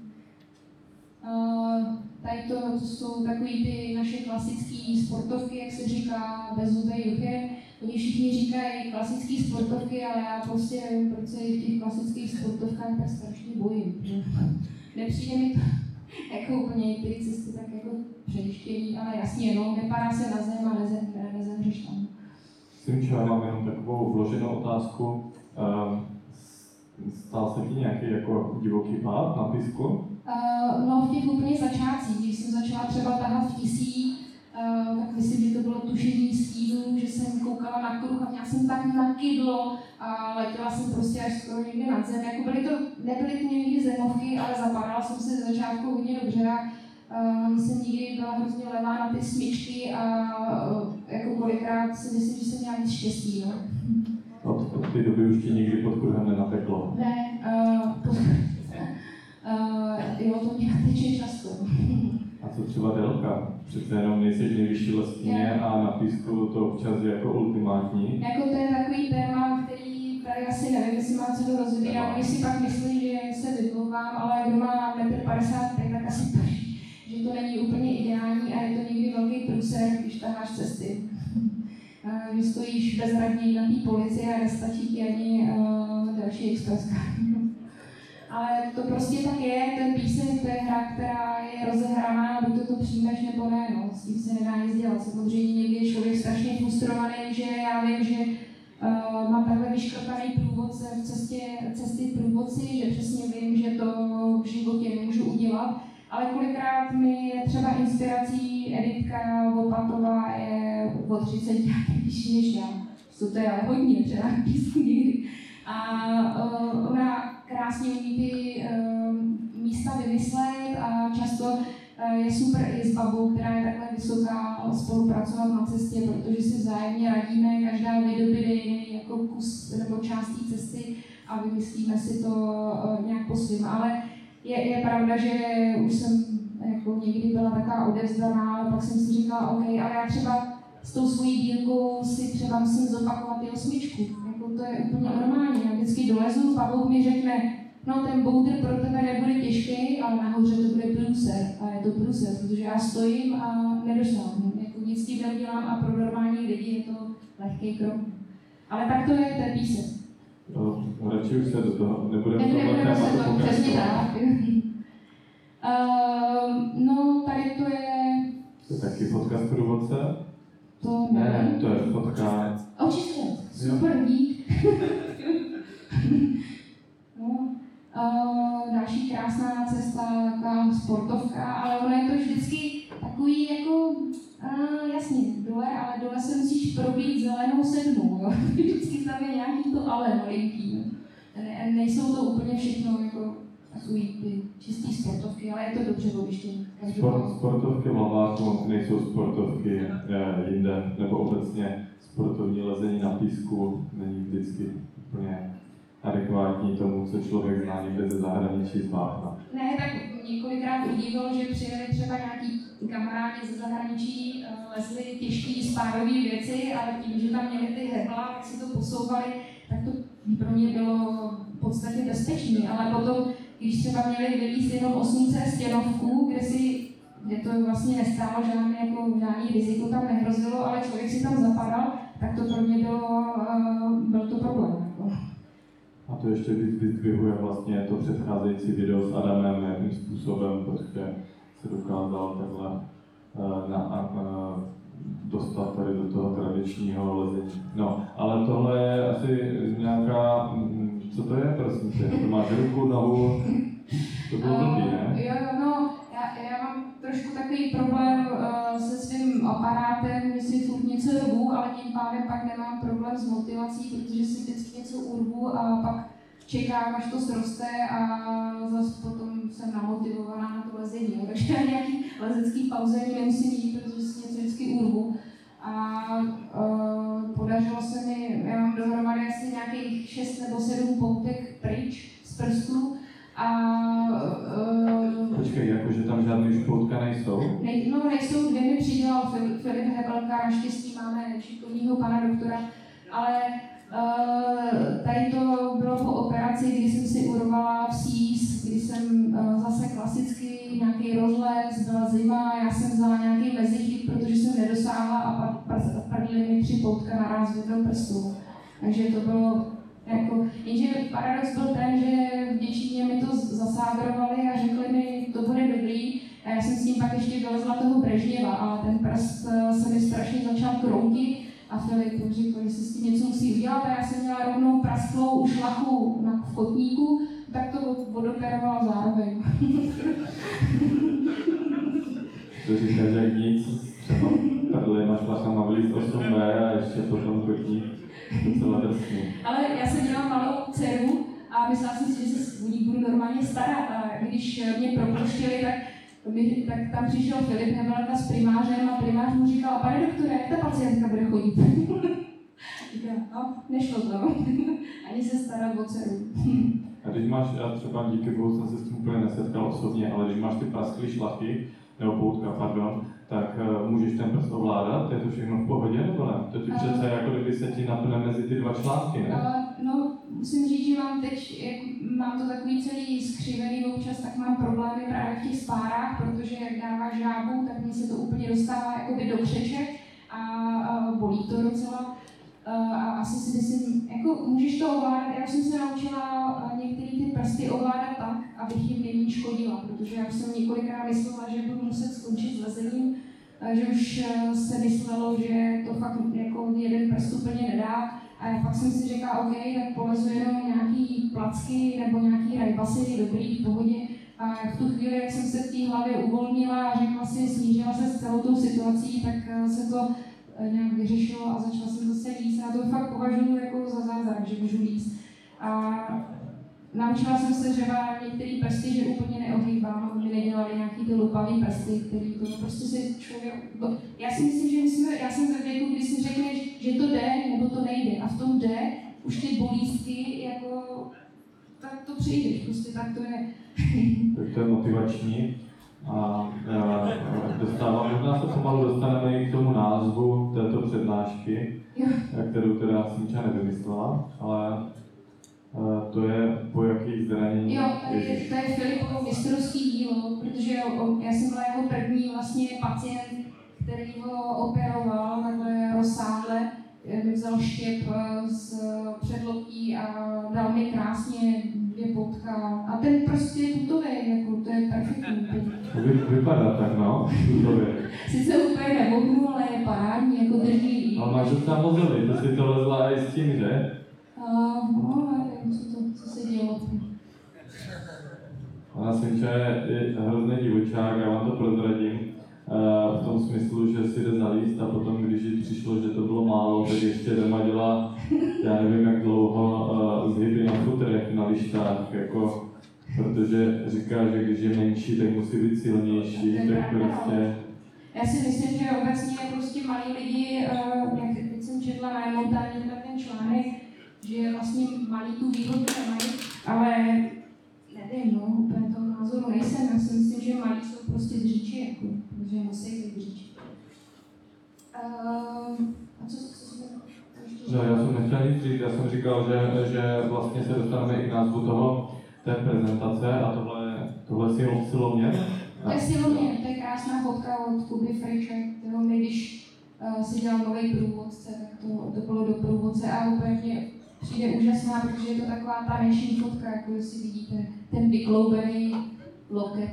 Uh, tady to, to jsou takový ty naše klasické sportovky, jak se říká, bezhubé juche. Oni všichni říkají klasické sportovky, ale já prostě nevím, proč se v těch klasických sportovkách tak strašně bojím. Nepřijde mi to jako úplně ty cesty tak jako přejištění, ale jasně, no, nepadá se na zem a nezem, ne, nezemřeš tam. Simčo, já mám jenom takovou vloženou otázku. Um, Stál se ti nějaký jako divoký pád na písku? Uh, no v těch úplně začátcích, když jsem začala třeba tahat v tisí, uh, tak myslím, že to bylo tušení stínu vozu, že jsem koukala na kruh a měla jsem tak nakydlo a letěla jsem prostě až skoro někde nad zem. Jako byly to, nebyly to někdy zemovky, ale zapadala jsem se ze začátku hodně dobře a uh, jsem nikdy byla hrozně levá na ty smyčky a uh, jako kolikrát si myslím, že jsem měla víc štěstí. No. Od, od té doby už ti nikdy pod kruhem nenapeklo? Ne, uh, to, uh, jo, to mě nateče často. A co třeba délka? Přece jenom nejsi v nejvyšší leskyně a na písku to občas je jako ultimátní. Jako to je takový téma, který tady asi nevím, jestli mám co to rozebírat, když si pak myslí, že se vymlouvám, ale kdo má metr padesát pět, tak asi tuší, že to není úplně ideální a je to někdy velký průser, když taháš cesty. Že stojíš bezradně na té policii a nestačí ti ani uh, další expreska. Ale to prostě tak je, ten píseň, to je hra, která je rozehraná, buď to, to přijmeš nebo ne, no, s tím se nedá nic dělat. Samozřejmě někdy je člověk strašně frustrovaný, že já vím, že uh, mám takhle vyškrtaný průvodce v cestě, cesty průvodci, že přesně vím, že to v životě nemůžu udělat, ale kolikrát mi je třeba inspirací Editka Opatová je o třicet vyšší než já. To je ale hodně, třeba písku někdy. A uh, ona krásně umí ty uh, místa vymyslet a často uh, je super i s babou, která je takhle vysoká, spolupracovat na cestě, protože si vzájemně radíme, každá vydobíde jiný jako kus nebo částí cesty a vymyslíme si to uh, nějak po svým. Ale je, je pravda, že už jsem jako někdy byla taková odevzdaná, ale pak jsem si říkala, OK, ale já třeba s tou svojí dílkou si třeba musím zopakovat i osmičku. Jako to je úplně normální. Já vždycky dolezu, Pavel mi řekne, no ten boulder pro tebe nebude těžký, ale nahoře to bude průser. A je to průser, protože já stojím a nedosáhnu. Jako nic tím neudělám a pro normální lidi je to lehký krok. Ale tak to je ten píseň. No, radši už se do toho nebudeme Ne, tohle nebudeme se tématu to, přesně tak. uh, no, tady to je... To je taky podcast průvodce? To ne, ne, to je fotka. Očistě, super dík. No, uh, další krásná cesta, taková sportovka, ale ono je to vždycky takový jako, uh, jasně, dole, ale dole se musíš probít zelenou sedmou, jo. Vždycky tam je nějaký to ale malinký, no. Ne, nejsou to úplně všechno jako takový ty čistý sportovky, ale je to dobře obyštěný. Sport, sportovky v Laváku nejsou sportovky eh, jinde, nebo obecně sportovní lezení na písku není vždycky úplně adekvátní tomu, co člověk zná někde ze zahraničí z vápna. Ne, tak několikrát udívalo, že přijeli třeba nějaký kamarádi ze zahraničí, lezli těžké spádové věci, ale tím, že tam měli ty hebla, tak si to posouvali, tak to pro mě bylo v podstatě bezpečné. Ale potom, když třeba měli vylízt jenom osm cé stěnovku, kde, si, kde to vlastně nestálo žádný, jako, žádný riziko, tam nehrozilo, ale člověk si tam zapadal, tak to pro mě bylo, uh, byl to problém. Jako. A to ještě vyzdvihuje vlastně to předcházející video s Adamem, jakým způsobem prostě se dokázal takhle uh, na, uh, dostat tady do toho tradičního lezení. No, ale tohle je asi nějaká, co to je, prosím tě? To máš ruku, nohu, to bylo uh, blbý, ne? Jo, no, já, já mám trošku takový problém uh, se svým aparátem, že si furt něco rvu, ale tím pádem pak nemám problém s motivací, protože si vždycky něco urvu a pak čekám, až to zroste a zase potom jsem namotivovaná na to lezení. Jo. Takže já nějaký lezecký pauze nemusím jít, protože si něco vždycky urvu. A uh, podařilo se mi, já mám dohromady asi nějakých šest nebo sedm poutek pryč z prstů. A, uh, Počkej, jakože tam žádný špoutka nejsou? Nej, no nejsou, dvě mi přidělal Filip Hebelka, naštěstí máme šikovního pana doktora, ale uh, tady to bylo po operaci, kdy jsem si urvala vsíz, kdy jsem uh, zase klasicky nějaký rozlez, byla zima, já jsem vzala nějaký mezichyt, protože jsem nedosáhla a padly mi tři poutka naraz v jednom prstu. Takže to bylo jako, jenže paradox byl ten, že v Děčíně mi to zasádrovali a řekli mi, to bude dobrý. A já jsem s tím pak ještě dolezla toho Brežněva, ale ten prst se mi strašně začal kroutit a Filip řekl, že se s tím něco musí udělat a já jsem měla rovnou prasklou šlachu na v kotníku, tak to odoperovala zároveň. To říkáš, že nic, třeba dvěma šlachama vylíst osm bé a ještě potom kotník. Docela drsný. Ale já jsem měla malou dceru a myslela jsem si, že se o ní budu normálně starat. A když mě propouštěli, tak, mi, tak tam přišel Filip Hemelka s primářem a primář mu říkal, pane doktore, jak ta pacientka bude chodit? Říkal, no, nešlo to, ani se starat o dceru. A když máš, já třeba díky bohu jsem se s tím úplně nesetkal osobně, ale když máš ty prasklý šlachy, nebo poutka, pardon, tak uh, můžeš ten prst ovládat, je to všechno v pohodě, nebo ne? To ti přece uh, jako kdyby se ti napne mezi ty dva články, ne? Uh, no, musím říct, že mám teď, jak mám to takový celý skřivený občas, tak mám problémy právě v těch spárách, protože jak dává žábu, tak mi se to úplně dostává jakoby do křeček a, a bolí to docela. Uh, a asi si myslím, jako můžeš to ovládat, já jsem se naučila některé ty prsty ovládat tak, abych jim nejméně škodila, protože já jsem několikrát myslela, že budu muset skončit s lezením, že už se myslelo, že to fakt jako jeden prst úplně nedá. A já fakt jsem si řekla, OK, tak polezu jenom nějaký placky nebo nějaký rajbasy, dobrý, v pohodě. A v tu chvíli, jak jsem se v té hlavě uvolnila a řekla si, smířila se s celou tou situací, tak se to nějak vyřešilo a začala jsem zase líst. A to fakt považuji jako za zázrak, že můžu líst. A naučila jsem se třeba některé prsty, že úplně neohýbám, aby mi nedělali nějaký ty lupavý prsty, který to prostě si člověk... To, já si myslím, že my jsme, já jsem ve věku, kdy si řekneš, že to jde, nebo to nejde. A v tom jde, už ty bolístky, jako... tak to přijdeš, prostě tak to je. Tak to je motivační. A, a dostávám, možná se pomalu dostaneme i k tomu názvu této přednášky, jo. kterou teda Simča nevymyslela, ale to je po jakých zranění? Jo, to je, to je Filipovo mistrovský dílo, protože já jsem byla jeho první vlastně pacient, který ho operoval takhle rozsáhle. Vzal štěp z předloktí a dal mi krásně dvě poutka. A ten prostě je tutový, jako to je perfektní. Vy, vypadá tak, no, tutový. Sice úplně nemohnu, ale je parádní, jako drží. Ale máš docela mozový, to si to lezla i s tím, že? Uh, no, nevím, co, to, co se dělo. Ona Simča je, je hrozný divočák, já vám to prozradím. Uh, v tom smyslu, že si jde zalíst a potom, když jí přišlo, že to bylo málo, tak ještě doma dělá, já nevím jak dlouho, uh, zhyby na futrech, na lištách, jako, protože říká, že když je menší, tak musí být silnější, tak prostě... Já si myslím, že obecně prostě malí lidi, uh, jak teď jsem četla na Montáně ten článek, že vlastně malí tu výhodu nemají, ale nevím, no, úplně toho názoru nejsem, já si myslím, že malí jsou prostě dříči, jako, protože musí být dříči. Uh, a co, co jsme... No, já jsem nechtěl nic říct, já jsem říkal, že, že vlastně se dostaneme i k názvu toho, té prezentace a tohle, tohle si silovně. To je silovně, to je krásná fotka od Kuby Friček, kterou mi, když uh, si dělal nový průvodce, tak to, to bylo do průvodce a úplně přijde úžasná, protože je to taková taneční fotka, jako jestli vidíte ten vykloubený loket.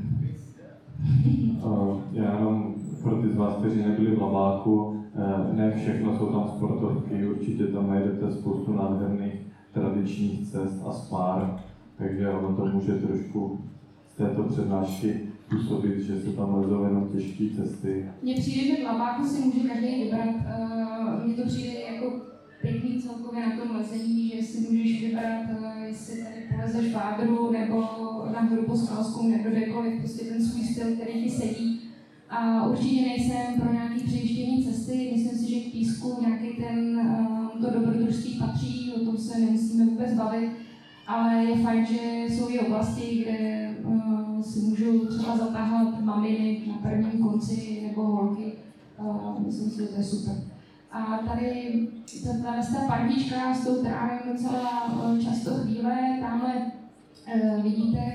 Uh, já jenom pro ty z vás, kteří nebyli v Labáku, ne všechno jsou tam sportovky, určitě tam najdete spoustu nádherných tradičních cest a spár, takže ono to může trošku z této přednášky působit, že se tam lezou jenom těžké cesty. Mně přijde, že v Labáku si může každý vybrat. Mně to přijde jako pěkný celkově na tom lezení, že si můžeš vybrat, jestli tady polezeš Vádru nebo nahoru po Skalsku nebo kdekoliv, prostě ten svůj styl, který ti sedí. A určitě nejsem pro nějaké přejištění cesty, myslím si, že k písku nějaký ten, to dobrodružství patří, o tom se nemusíme vůbec bavit, ale je fajn, že jsou i oblasti, kde uh, si můžou třeba zatáhat maminy na prvním konci nebo holky, uh, myslím si, že to je super. A tady ta partička s tou trávem docela často chvíle, tamhle uh, vidíte,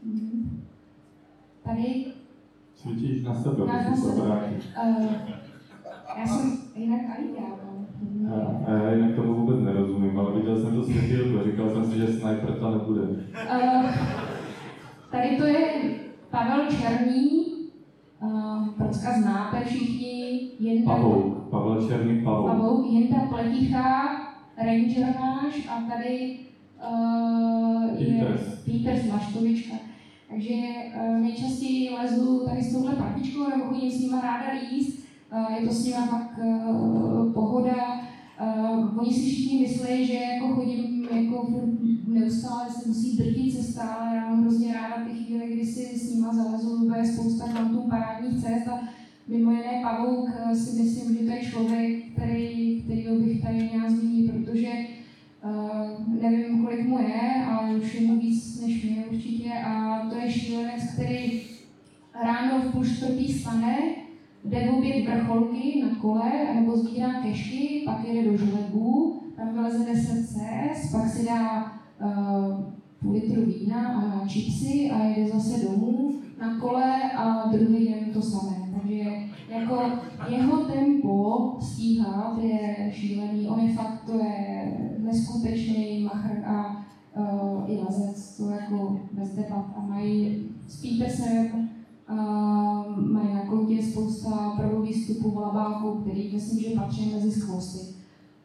tady. Svítíš na sebe, na, na sebe. Uh, já jsem jinak Alida. A já jinak tomu vůbec nerozumím, ale viděl jsem to světýlko, říkal jsem si, že sniper to nebude. Uh, tady to je Pavel Černý, uh, Procka znáte všichni. Jenda, Pavouk, Pavel Černý, Pavouk. Pavouk, Jenda Pletichá, Ranger náš a tady uh, je Peters Maštovička. Takže uh, nejčastěji lezu tady s touhle partičkou, nebo chodím s nima ráda líst. je to s nimi fakt pohoda. Uh, oni si všichni myslí, že jako chodím jako neustále se musí drtit se stále. Já mám hrozně ráda ty chvíle, kdy si s nima zalezu, bude spousta kvantů parádních cest a mimo jiné Pavouk si myslím, že to je člověk, který, kterýho bych tady měla zmínit, protože uh, nevím, kolik mu je, ale už je mu víc než mě určitě a to je šílenec, který ráno v půl čtvrtý stane, jde obět vrcholky na kole, nebo sbírá kešky, pak jede do žlebu, tam vyleze deset cest, pak si dá uh, půl litru vína a čipsy a jede zase domů na kole a druhý den to samé. Takže jako jeho tempo stíhat je šílený, on je fakt, to je neskutečný machr a uh, i lezec, to jako bez debat a mají, spíte se, Uh, mají na kontě spousta prvovýstupů v labáku, který myslím, že patří mezi skvosty.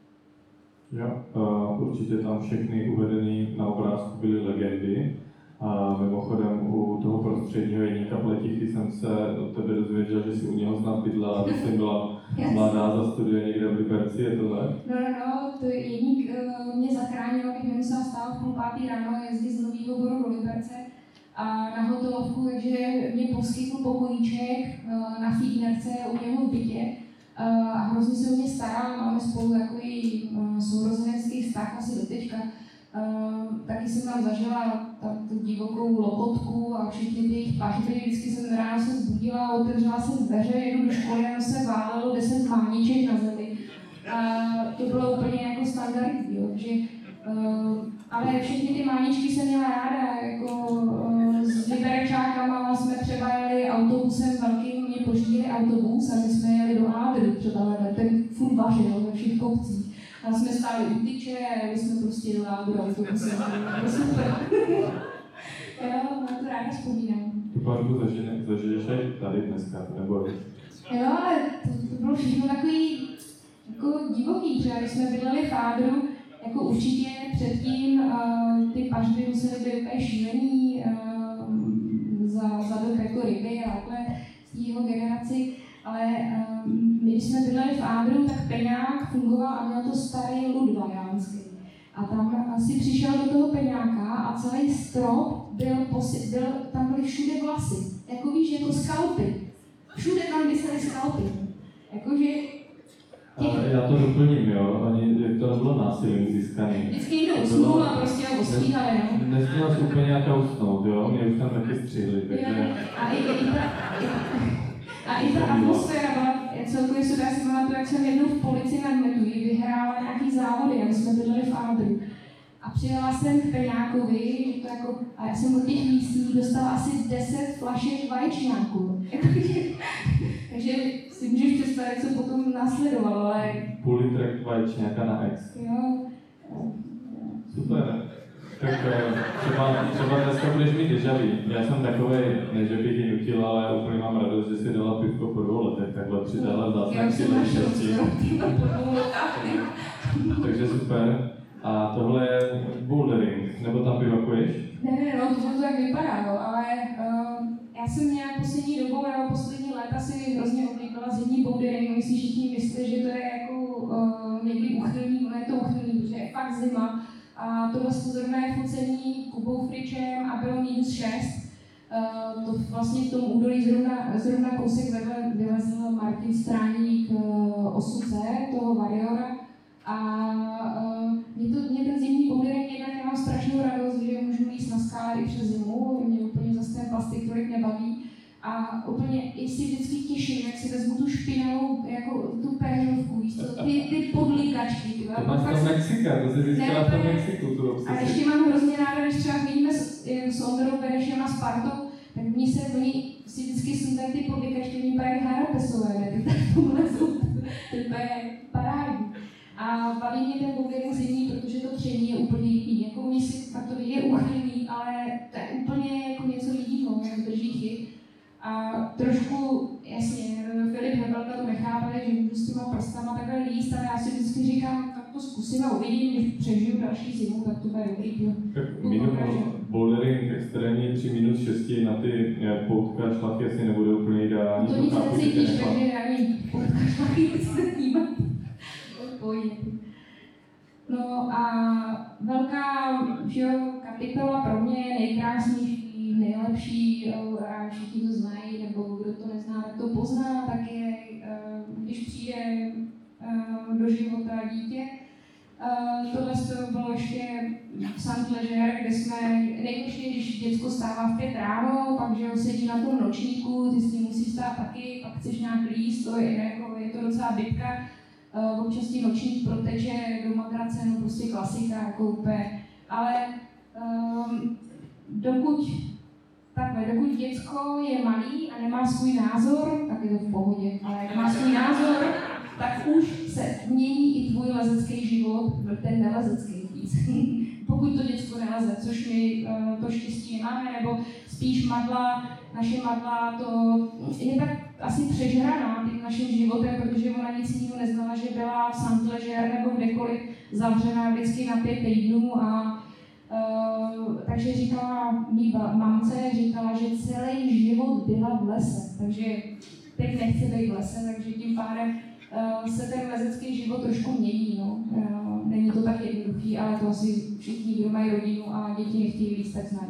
Jo, uh, určitě tam všechny uvedené na obrázku byly legendy. A mimochodem u toho prostředního jedníka Pletichy jsem se od tebe dozvěděl, že si u něho snad bydlela, když jsem byla mladá za studia někde v Liberci, je to tak? No, no, no, to jedník uh, mě zachránil, když nemusela stát v půl pátý ráno jezdit z Nového Boru do Liberce a na hotelovku, takže mě poskytl pokojíček uh, na Fídnerce u něho v bytě uh, a hrozně se o mě staral, máme spolu takový uh, sourozenecký vztah asi do teďka. Uh, taky jsem tam zažila tam tu divokou Lopotku a všechny ty jejich pažby, vždycky jsem ráno se zbudila, otevřela jsem dveře, jedu do školy a se válelo deset mániček na zemi. A to bylo úplně jako standardní, jo, že uh, ale všechny ty máničky jsem měla ráda, jako uh, s liberečákama jsme třeba jeli autobusem velkým, mě pořídili autobus a my jsme jeli do Ádry, třeba ten furt vařil ve všech kopcích. A jsme stáli u tyče a my jsme prostě jeli Ádru autobusem, to bylo super. Jo, na to ráda vzpomínám. Tu pařbu zažiješ tady dneska, nebo? Jo, ale to, to bylo všechno takový jako divoký, že když jsme bydleli v Ádru, jako určitě předtím uh, ty pařby musely být úplně šílený uh, za, za dob jako ryby a takhle z jeho generaci, ale uh, my, když jsme bydleli v Ádru, tak peňák fungoval a měl to starý lud variánský. A tam si přišel do toho peňáka a celý strop byl, posi, byl tam byly všude vlasy, jako víš, jako skalpy. Všude tam vysely skalpy. Jakože Ale já to doplním, jo, oni, jak to nebylo násilím získaný. vždycky někdo usnul a prostě ho ostříhali, no. Nesměla si úplně nějaká usnout, jo, mě už tam taky střihli, takže... A i, i, ta, i, a i ta atmosféra byla celkově super, já si pamatuju, jak jsem jednou v Polici nad Metují vyhrála nějaký závody a my jsme bydleli v Ádru. A přijela jsem k Peňákovi, to jako, a já jsem od těch místních dostala asi deset flašek vaječňáků. Takže si můžeš představit, co potom následovalo, ale... Půl litrek vaječňáka na ex. Jo. Super. Tak třeba, třeba dneska budeš mít déjà vu. Já jsem takovej, ne že bych ji nutil, ale úplně mám radost, že si dala pivko po dvou letech, takhle přidala zásah si štěstí. Takže super. A tohle je bouldering, nebo tam bivakuješ? Ne, ne, no, to, to tak vypadá, no, ale uh, já jsem nějak poslední dobou, nebo poslední léta si hrozně oblíbila zimní bouldering, my si všichni myslí, že to je jako uh, někdy uchylný, ono je to uchylný, protože je fakt zima. A tohle zrovna je focení Kubou Fričem a bylo minus šest. Uh, to vlastně v tom údolí zrovna, zrovna kousek vedle vylezl Martin Stráník uh, osm C, toho Variora. A uh, mě, to, mě ten zimní bouldering jednak já mám strašnou radost, že můžu jíst na skále i přes zimu, mě úplně zase ten plastik tolik nebaví. A úplně i si vždycky těším, jak si vezmu tu špinavou, jako tu péřovku, víš co, ty, ty podlíkačky. To máš v tom Mexika, to jsi získala v tom Mexiku, tu obsesi. A ještě mám hrozně ráda, když třeba vidíme s, s Ondrou Benešem a Spartou, tak oni se, oni si vždycky sundají ty podlíkačky, oni právě harapesové, ne, ty tak tomhle jsou, to je parádní. A baví mě ten bouldering zimní, protože to tření je úplně jiný. Jako mě si fakt to je uchylný, ale to je úplně jako něco jiného, jak drží chyb. A trošku, jasně, Filip Hebelka to nechápe, že můžu s těma prstama takhle líst, ale já si vždycky říkám, tak to zkusím a uvidím, když přežiju další zimu, tak to bude dobrý. Tak minimum bouldering extrémní při minus šesti na ty poutka a šlachy asi nebude úplně ideální. To nic necítíš, takže ani poutka šlachy nic necítíme. No a velká že, kapitola pro mě nejkrásnější, nejlepší, a všichni to znají, nebo kdo to nezná, tak to pozná, tak je, když přijde do života dítě. Tohle to bylo ještě v Saint-Léger, kde jsme, nejlepší, když děcko stává v pět ráno, pak že ho sedí na tom nočníku, ty s tím musí stát taky, pak chceš nějak líst, to je, jako, je to docela bitka. Uh, občas ti nočník proteče do matrace, no prostě klasika, jako úplně. Ale um, dokud, takhle, dokud děcko je malý a nemá svůj názor, tak je to v pohodě. Ale jak má svůj názor, tak už se mění i tvůj lezecký život, ten nelezecký víc. Pokud to děcko neleze, což my uh, to štěstí nemáme, nebo spíš madla, naše madla, to je tak asi přežraná tím naším životem, protože ona nic jiného neznala, že byla v Saint-Léger nebo kdekoliv zavřená vždycky na pět týdnů a uh, takže říkala mý mamce, říkala, že celý život byla v lese, takže teď nechce být v lese, takže tím pádem uh, se ten lezecký život trošku mění, no. Uh, není to tak jednoduchý, ale to asi všichni, kdo mají rodinu a děti nechtějí víc, tak znají.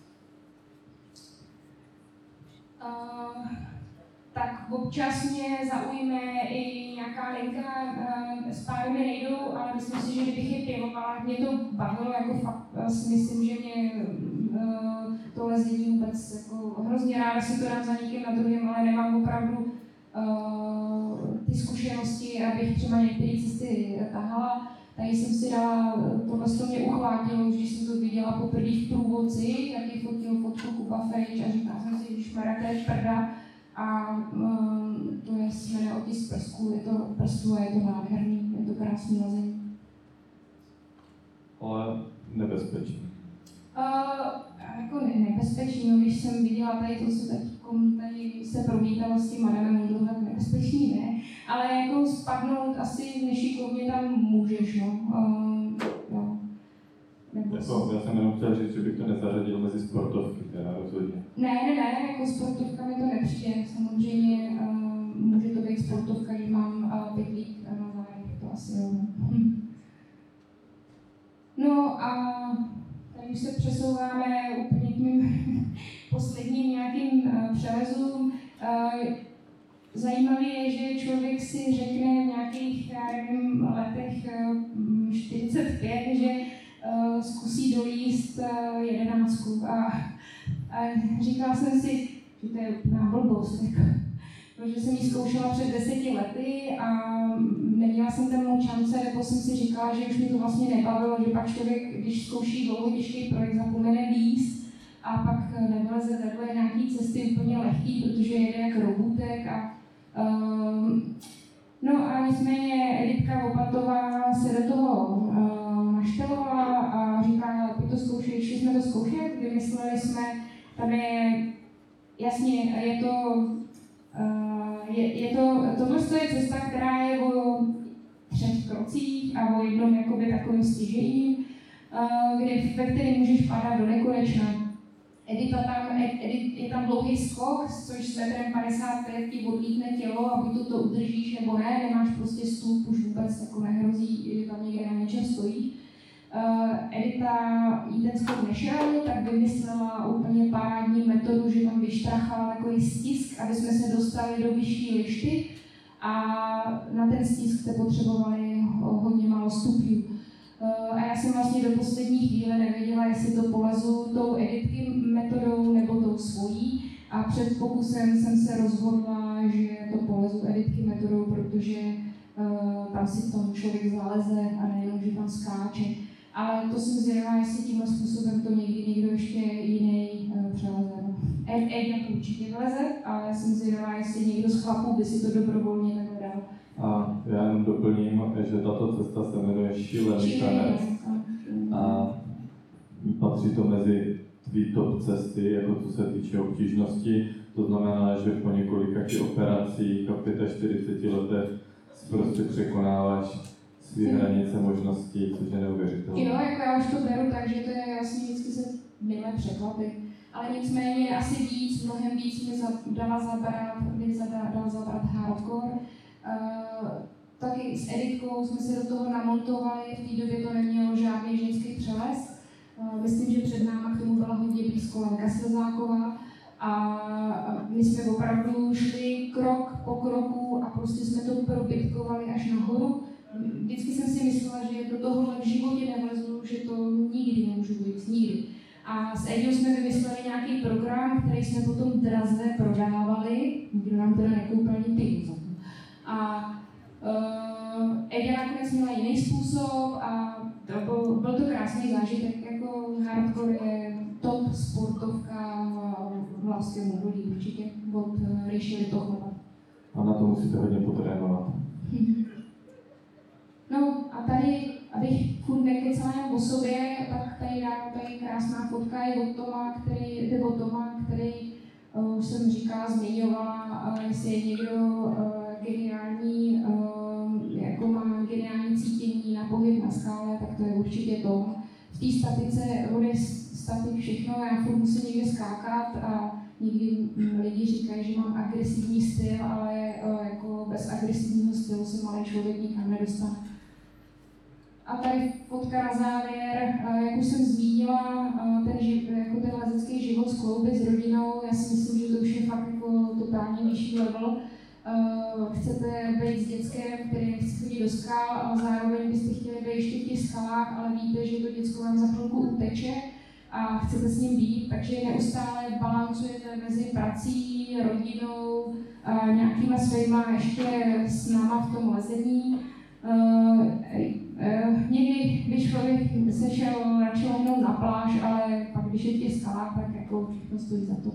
Uh, tak občas mě zaujme i nějaká linka, uh, s pármi nejdou, ale myslím si, že kdybych je pěvovala, mě to bavilo, jako fakt si myslím, že mě uh, to lezení vůbec, jako hrozně ráda si to dám za někým na druhým, ale nemám opravdu uh, ty zkušenosti, abych třeba některé cesty tahala. Tady jsem si dala, tohle to mě uchvátilo, když jsem to viděla poprvé v průvodci, taky fotil fotku Kuba Fejč a říkala jsem si, když Marata je šprda a um, to je směrné otisk prsků, je to prstů a je to nádherný, je to krásný lezení. Ale nebezpečný. Uh, jako ne, nebezpečný, no, když jsem viděla tady to, co teď tady se promítalo s tím Adamem Mundou, tak nebezpečný ne, ale jako spadnout asi nešikovně tam můžeš, no. Uh, no. Jako, já jsem jenom chtěl říct, že bych to nezařadil mezi sportovky, teda rozhodně. Ne, ne, ne, jako sportovka mi to nepřijde, samozřejmě uh, může to být sportovka, že mám uh, pytlík na zádech, to asi jo. No a tady už se přesouváme úplně k mým posledním nějakým uh, přelezům. Uh, Zajímavé je, že člověk si řekne v nějakých, já nevím, letech uh, čtyřicet pět, že uh, zkusí dolíst uh, jedenáctku. A, a říkala jsem si, že to je úplná blbost, jako, protože jsem ji zkoušela před deseti lety a neměla jsem tam moc šance, nebo jsem si říkala, že už mi to vlastně nebavilo, že pak člověk, když zkouší dlouho těžký projekt, zapomene líst a pak nevyleze takhle nějaký cesty úplně lehký, protože jede jak robůtek. A, um, no a nicméně Editka Opatová se do toho uh, naštelovala a říká, pojď to zkoušet, šli jsme to zkoušet, vymysleli jsme, tam je, jasně, je to, uh, je, je to, tohle je cesta, která je o třech krocích a o jednom jakoby takovým stěžení, uh, kde, ve kterém můžeš padat do nekonečna. Edita tam, edit, je tam dlouhý skok, což s metrem padesát pět ti odlítne tělo a buď to, to udržíš nebo ne, nemáš prostě stůl, už vůbec jako nehrozí, že tam někde na něčem stojí. Uh, Edita jí ten skok nešel, tak vymyslela úplně parádní metodu, že tam vyštrachala takový stisk, aby jsme se dostali do vyšší lišty a na ten stisk jste potřebovali hodně málo stupňů. Uh, a já jsem vlastně do poslední chvíle nevěděla, jestli to polezu tou Editky metodou nebo tou svojí. A před pokusem jsem se rozhodla, že to polezu Editky metodou, protože uh, tam si tam člověk zaleze a nejenom, že tam skáče. Ale to jsem zvědavá, jestli tímhle způsobem to někdy někdo ještě jiný uh, přeleze. Edna to určitě vyleze, ale já jsem zvědavá, jestli někdo z chlapů by si to dobrovolně takhle dal. A já jenom doplním, že tato cesta se jmenuje Šílený tanec a patří to mezi tvý top cesty, jako co se týče obtížnosti. To znamená, že po několika operacích a čtyřiceti letech prostě překonáváš své hranice možností, což je neuvěřitelné. Jo, jako já už to beru tak, že to je vlastně vždycky se milé překvapy. Ale nicméně asi víc, mnohem víc mi dala zabrat, mi dala zabrat hardcore. Uh, taky s Editkou jsme se do toho namontovali, v té době to nemělo žádný ženský přeles. Uh, myslím, že před náma k tomu byla hodně blízko Lenka Slezáková. A my jsme opravdu šli krok po kroku a prostě jsme to propitkovali až nahoru. Vždycky jsem si myslela, že do tohohle v životě nevlezu, že to nikdy nemůžu být, nikdy. A s Edou jsme vymysleli nějaký program, který jsme potom draze prodávali, nikdo nám teda nekoupil ani pivo za to. A uh, Eda nakonec měla jiný způsob a to byl, byl to krásný zážitek, jako hardcore je top sportovka v Hlavském údolí určitě od uh, Ryši Litochova. A na to musíte hodně potrénovat. No a tady, abych furt nekecala jen o sobě, tak tady dám tady krásná fotka je od Toma, který, je od Toma, který uh, už jsem říkala, zmiňovala, uh, jestli je někdo uh, geniální, uh, jako má geniální cítění na pohyb na skále, tak to je určitě Tom. V té statice, on je statik všechno, já furt musím někde skákat a někdy lidi říkají, že mám agresivní styl, ale uh, jako bez agresivního stylu se malý člověk nikam nedostane. A tady fotka na závěr, jak už jsem zmínila, ten, jako ten lezecký život skloubit s rodinou, já si myslím, že to už je fakt jako totálně vyšší level. Chcete být s dětskem, který nechce chodit do skal, ale zároveň byste chtěli být ještě v těch skalách, ale víte, že to děcko vám za chvilku uteče a chcete s ním být, takže neustále balancujete mezi prací, rodinou, nějakýma svýma ještě s náma v tom lezení. Uh, uh, někdy, když člověk se šel radši lehnout na pláž, ale pak když je v těch skalách, tak jako všechno stojí za to.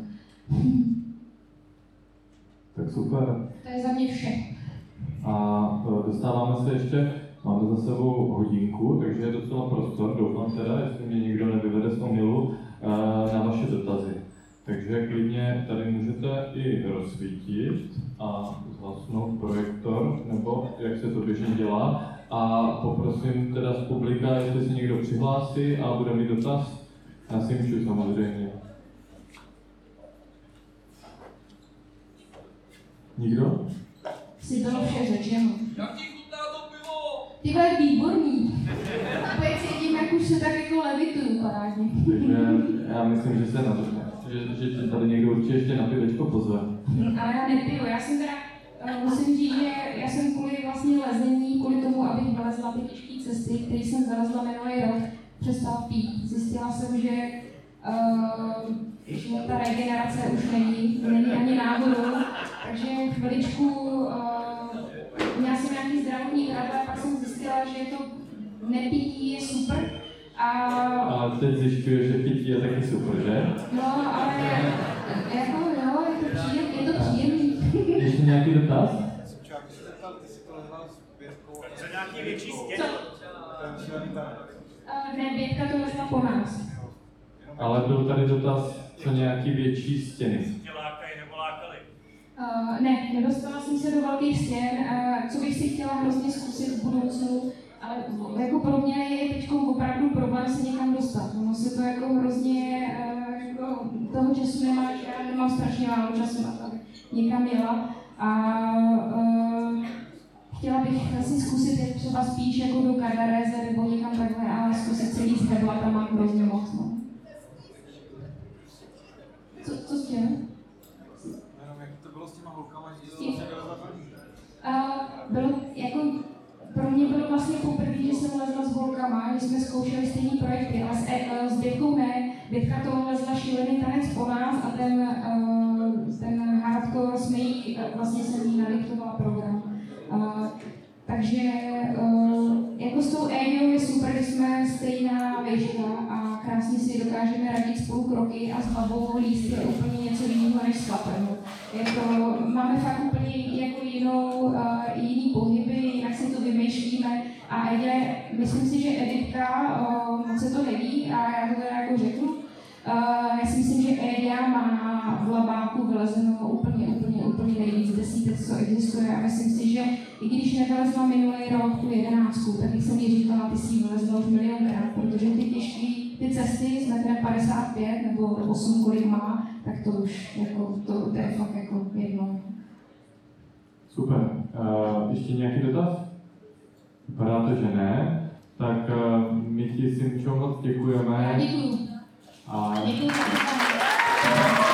Tak super. To je za mě vše. A dostáváme se ještě, máme za sebou hodinku, takže je docela prostor, doufám teda, jestli mě nikdo nevyvede z omylu, na vaše dotazy. Takže klidně tady můžete i rozsvítit a zhasnout projektor, nebo jak se to běžně dělá. A poprosím teda z publika, jestli se někdo přihlásí a bude mít dotaz. Na Simču samozřejmě. Nikdo? Si bylo vše řečeno. Jaký chutná to pivo? Ty vole, výborný. Opět cítím, jak už se tak jako levituju parádně. Takže já myslím, že se na to, že, že tě tady někdo určitě ještě na pivečko pozve. Ale já nepiju, já jsem teda, uh, musím říct, že já jsem kvůli vlastně lezení, kvůli tomu, abych vylezla ty těžké cesty, které jsem vylezla minulý rok, přestala pít. Zjistila jsem, že, uh, že ta regenerace už není, není ani náhodou, takže chviličku, uh, měla jsem nějaký zdravotní trable a pak jsem zjistila, že to nepití je super. A, a teď zjišťuje, že pití je taky super, že? No, ale jako jo, je to příjemný, je to příjemný. Ještě nějaký dotaz? Součák, když se zeptal, ty jsi to lehla s Bětkou. Co nějaký větší stěny? Ten šílený tanec. Ne, Bětka to lezla po nás. Ale byl tady dotaz, co nějaký větší stěny. Tě lákají nebo lákali? Uh, ne, nedostala jsem se do velkých stěn, uh, co bych si chtěla hrozně zkusit v budoucnu, ale jako pro mě je teď opravdu problém se někam dostat. Ono se to jako hrozně, uh, jako toho času nemá, já nemám strašně málo času na to, abych někam jela. A uh, chtěla bych si zkusit jít třeba spíš jako do Kardareze nebo někam takhle a zkusit se jíst hebla, tam mám hrozně moc. No. Co, co s tím? Jak to bylo s těma holkama, že jsi se vylezla první? Uh, bylo jako, pro mě bylo vlastně poprvé, že jsem lezla s holkama, že jsme zkoušeli stejný projekty, ale s, e, s Bětkou ne. Bětka to lezla šílený tanec po nás a ten, uh, ten hardcore jsme jí, vlastně jsem jí nadiktovala program. Uh, takže uh, jako s tou Éňou je super, že jsme stejná výška a krásně si dokážeme radit spolu kroky a s babou líst je úplně něco jiného než s chlapem. Jako, máme fakt úplně jako jinou, uh, jiný pohyby, jinak si to vymýšlíme a Edě, myslím si, že Editka uh, moc se to neví a já to teda jako řeknu. Uh, já si myslím, že Edia má v labáku vylezeno úplně, úplně, úplně nejvíc desítek, co existuje a myslím si, že i když nevylezla minulý rok tu jedenáctku, tak jsem jí říkala, ty si ji vylezla už milionkrát, protože ty těžké, ty cesty s metrem padesát pět nebo osm, kolik má, tak to už jako, to, to je fakt jako jedno. Super. Uh, ještě nějaký dotaz? Vypadá to, že ne. Tak uh, my ti si moc děkujeme. Děkuju. A Děkuju.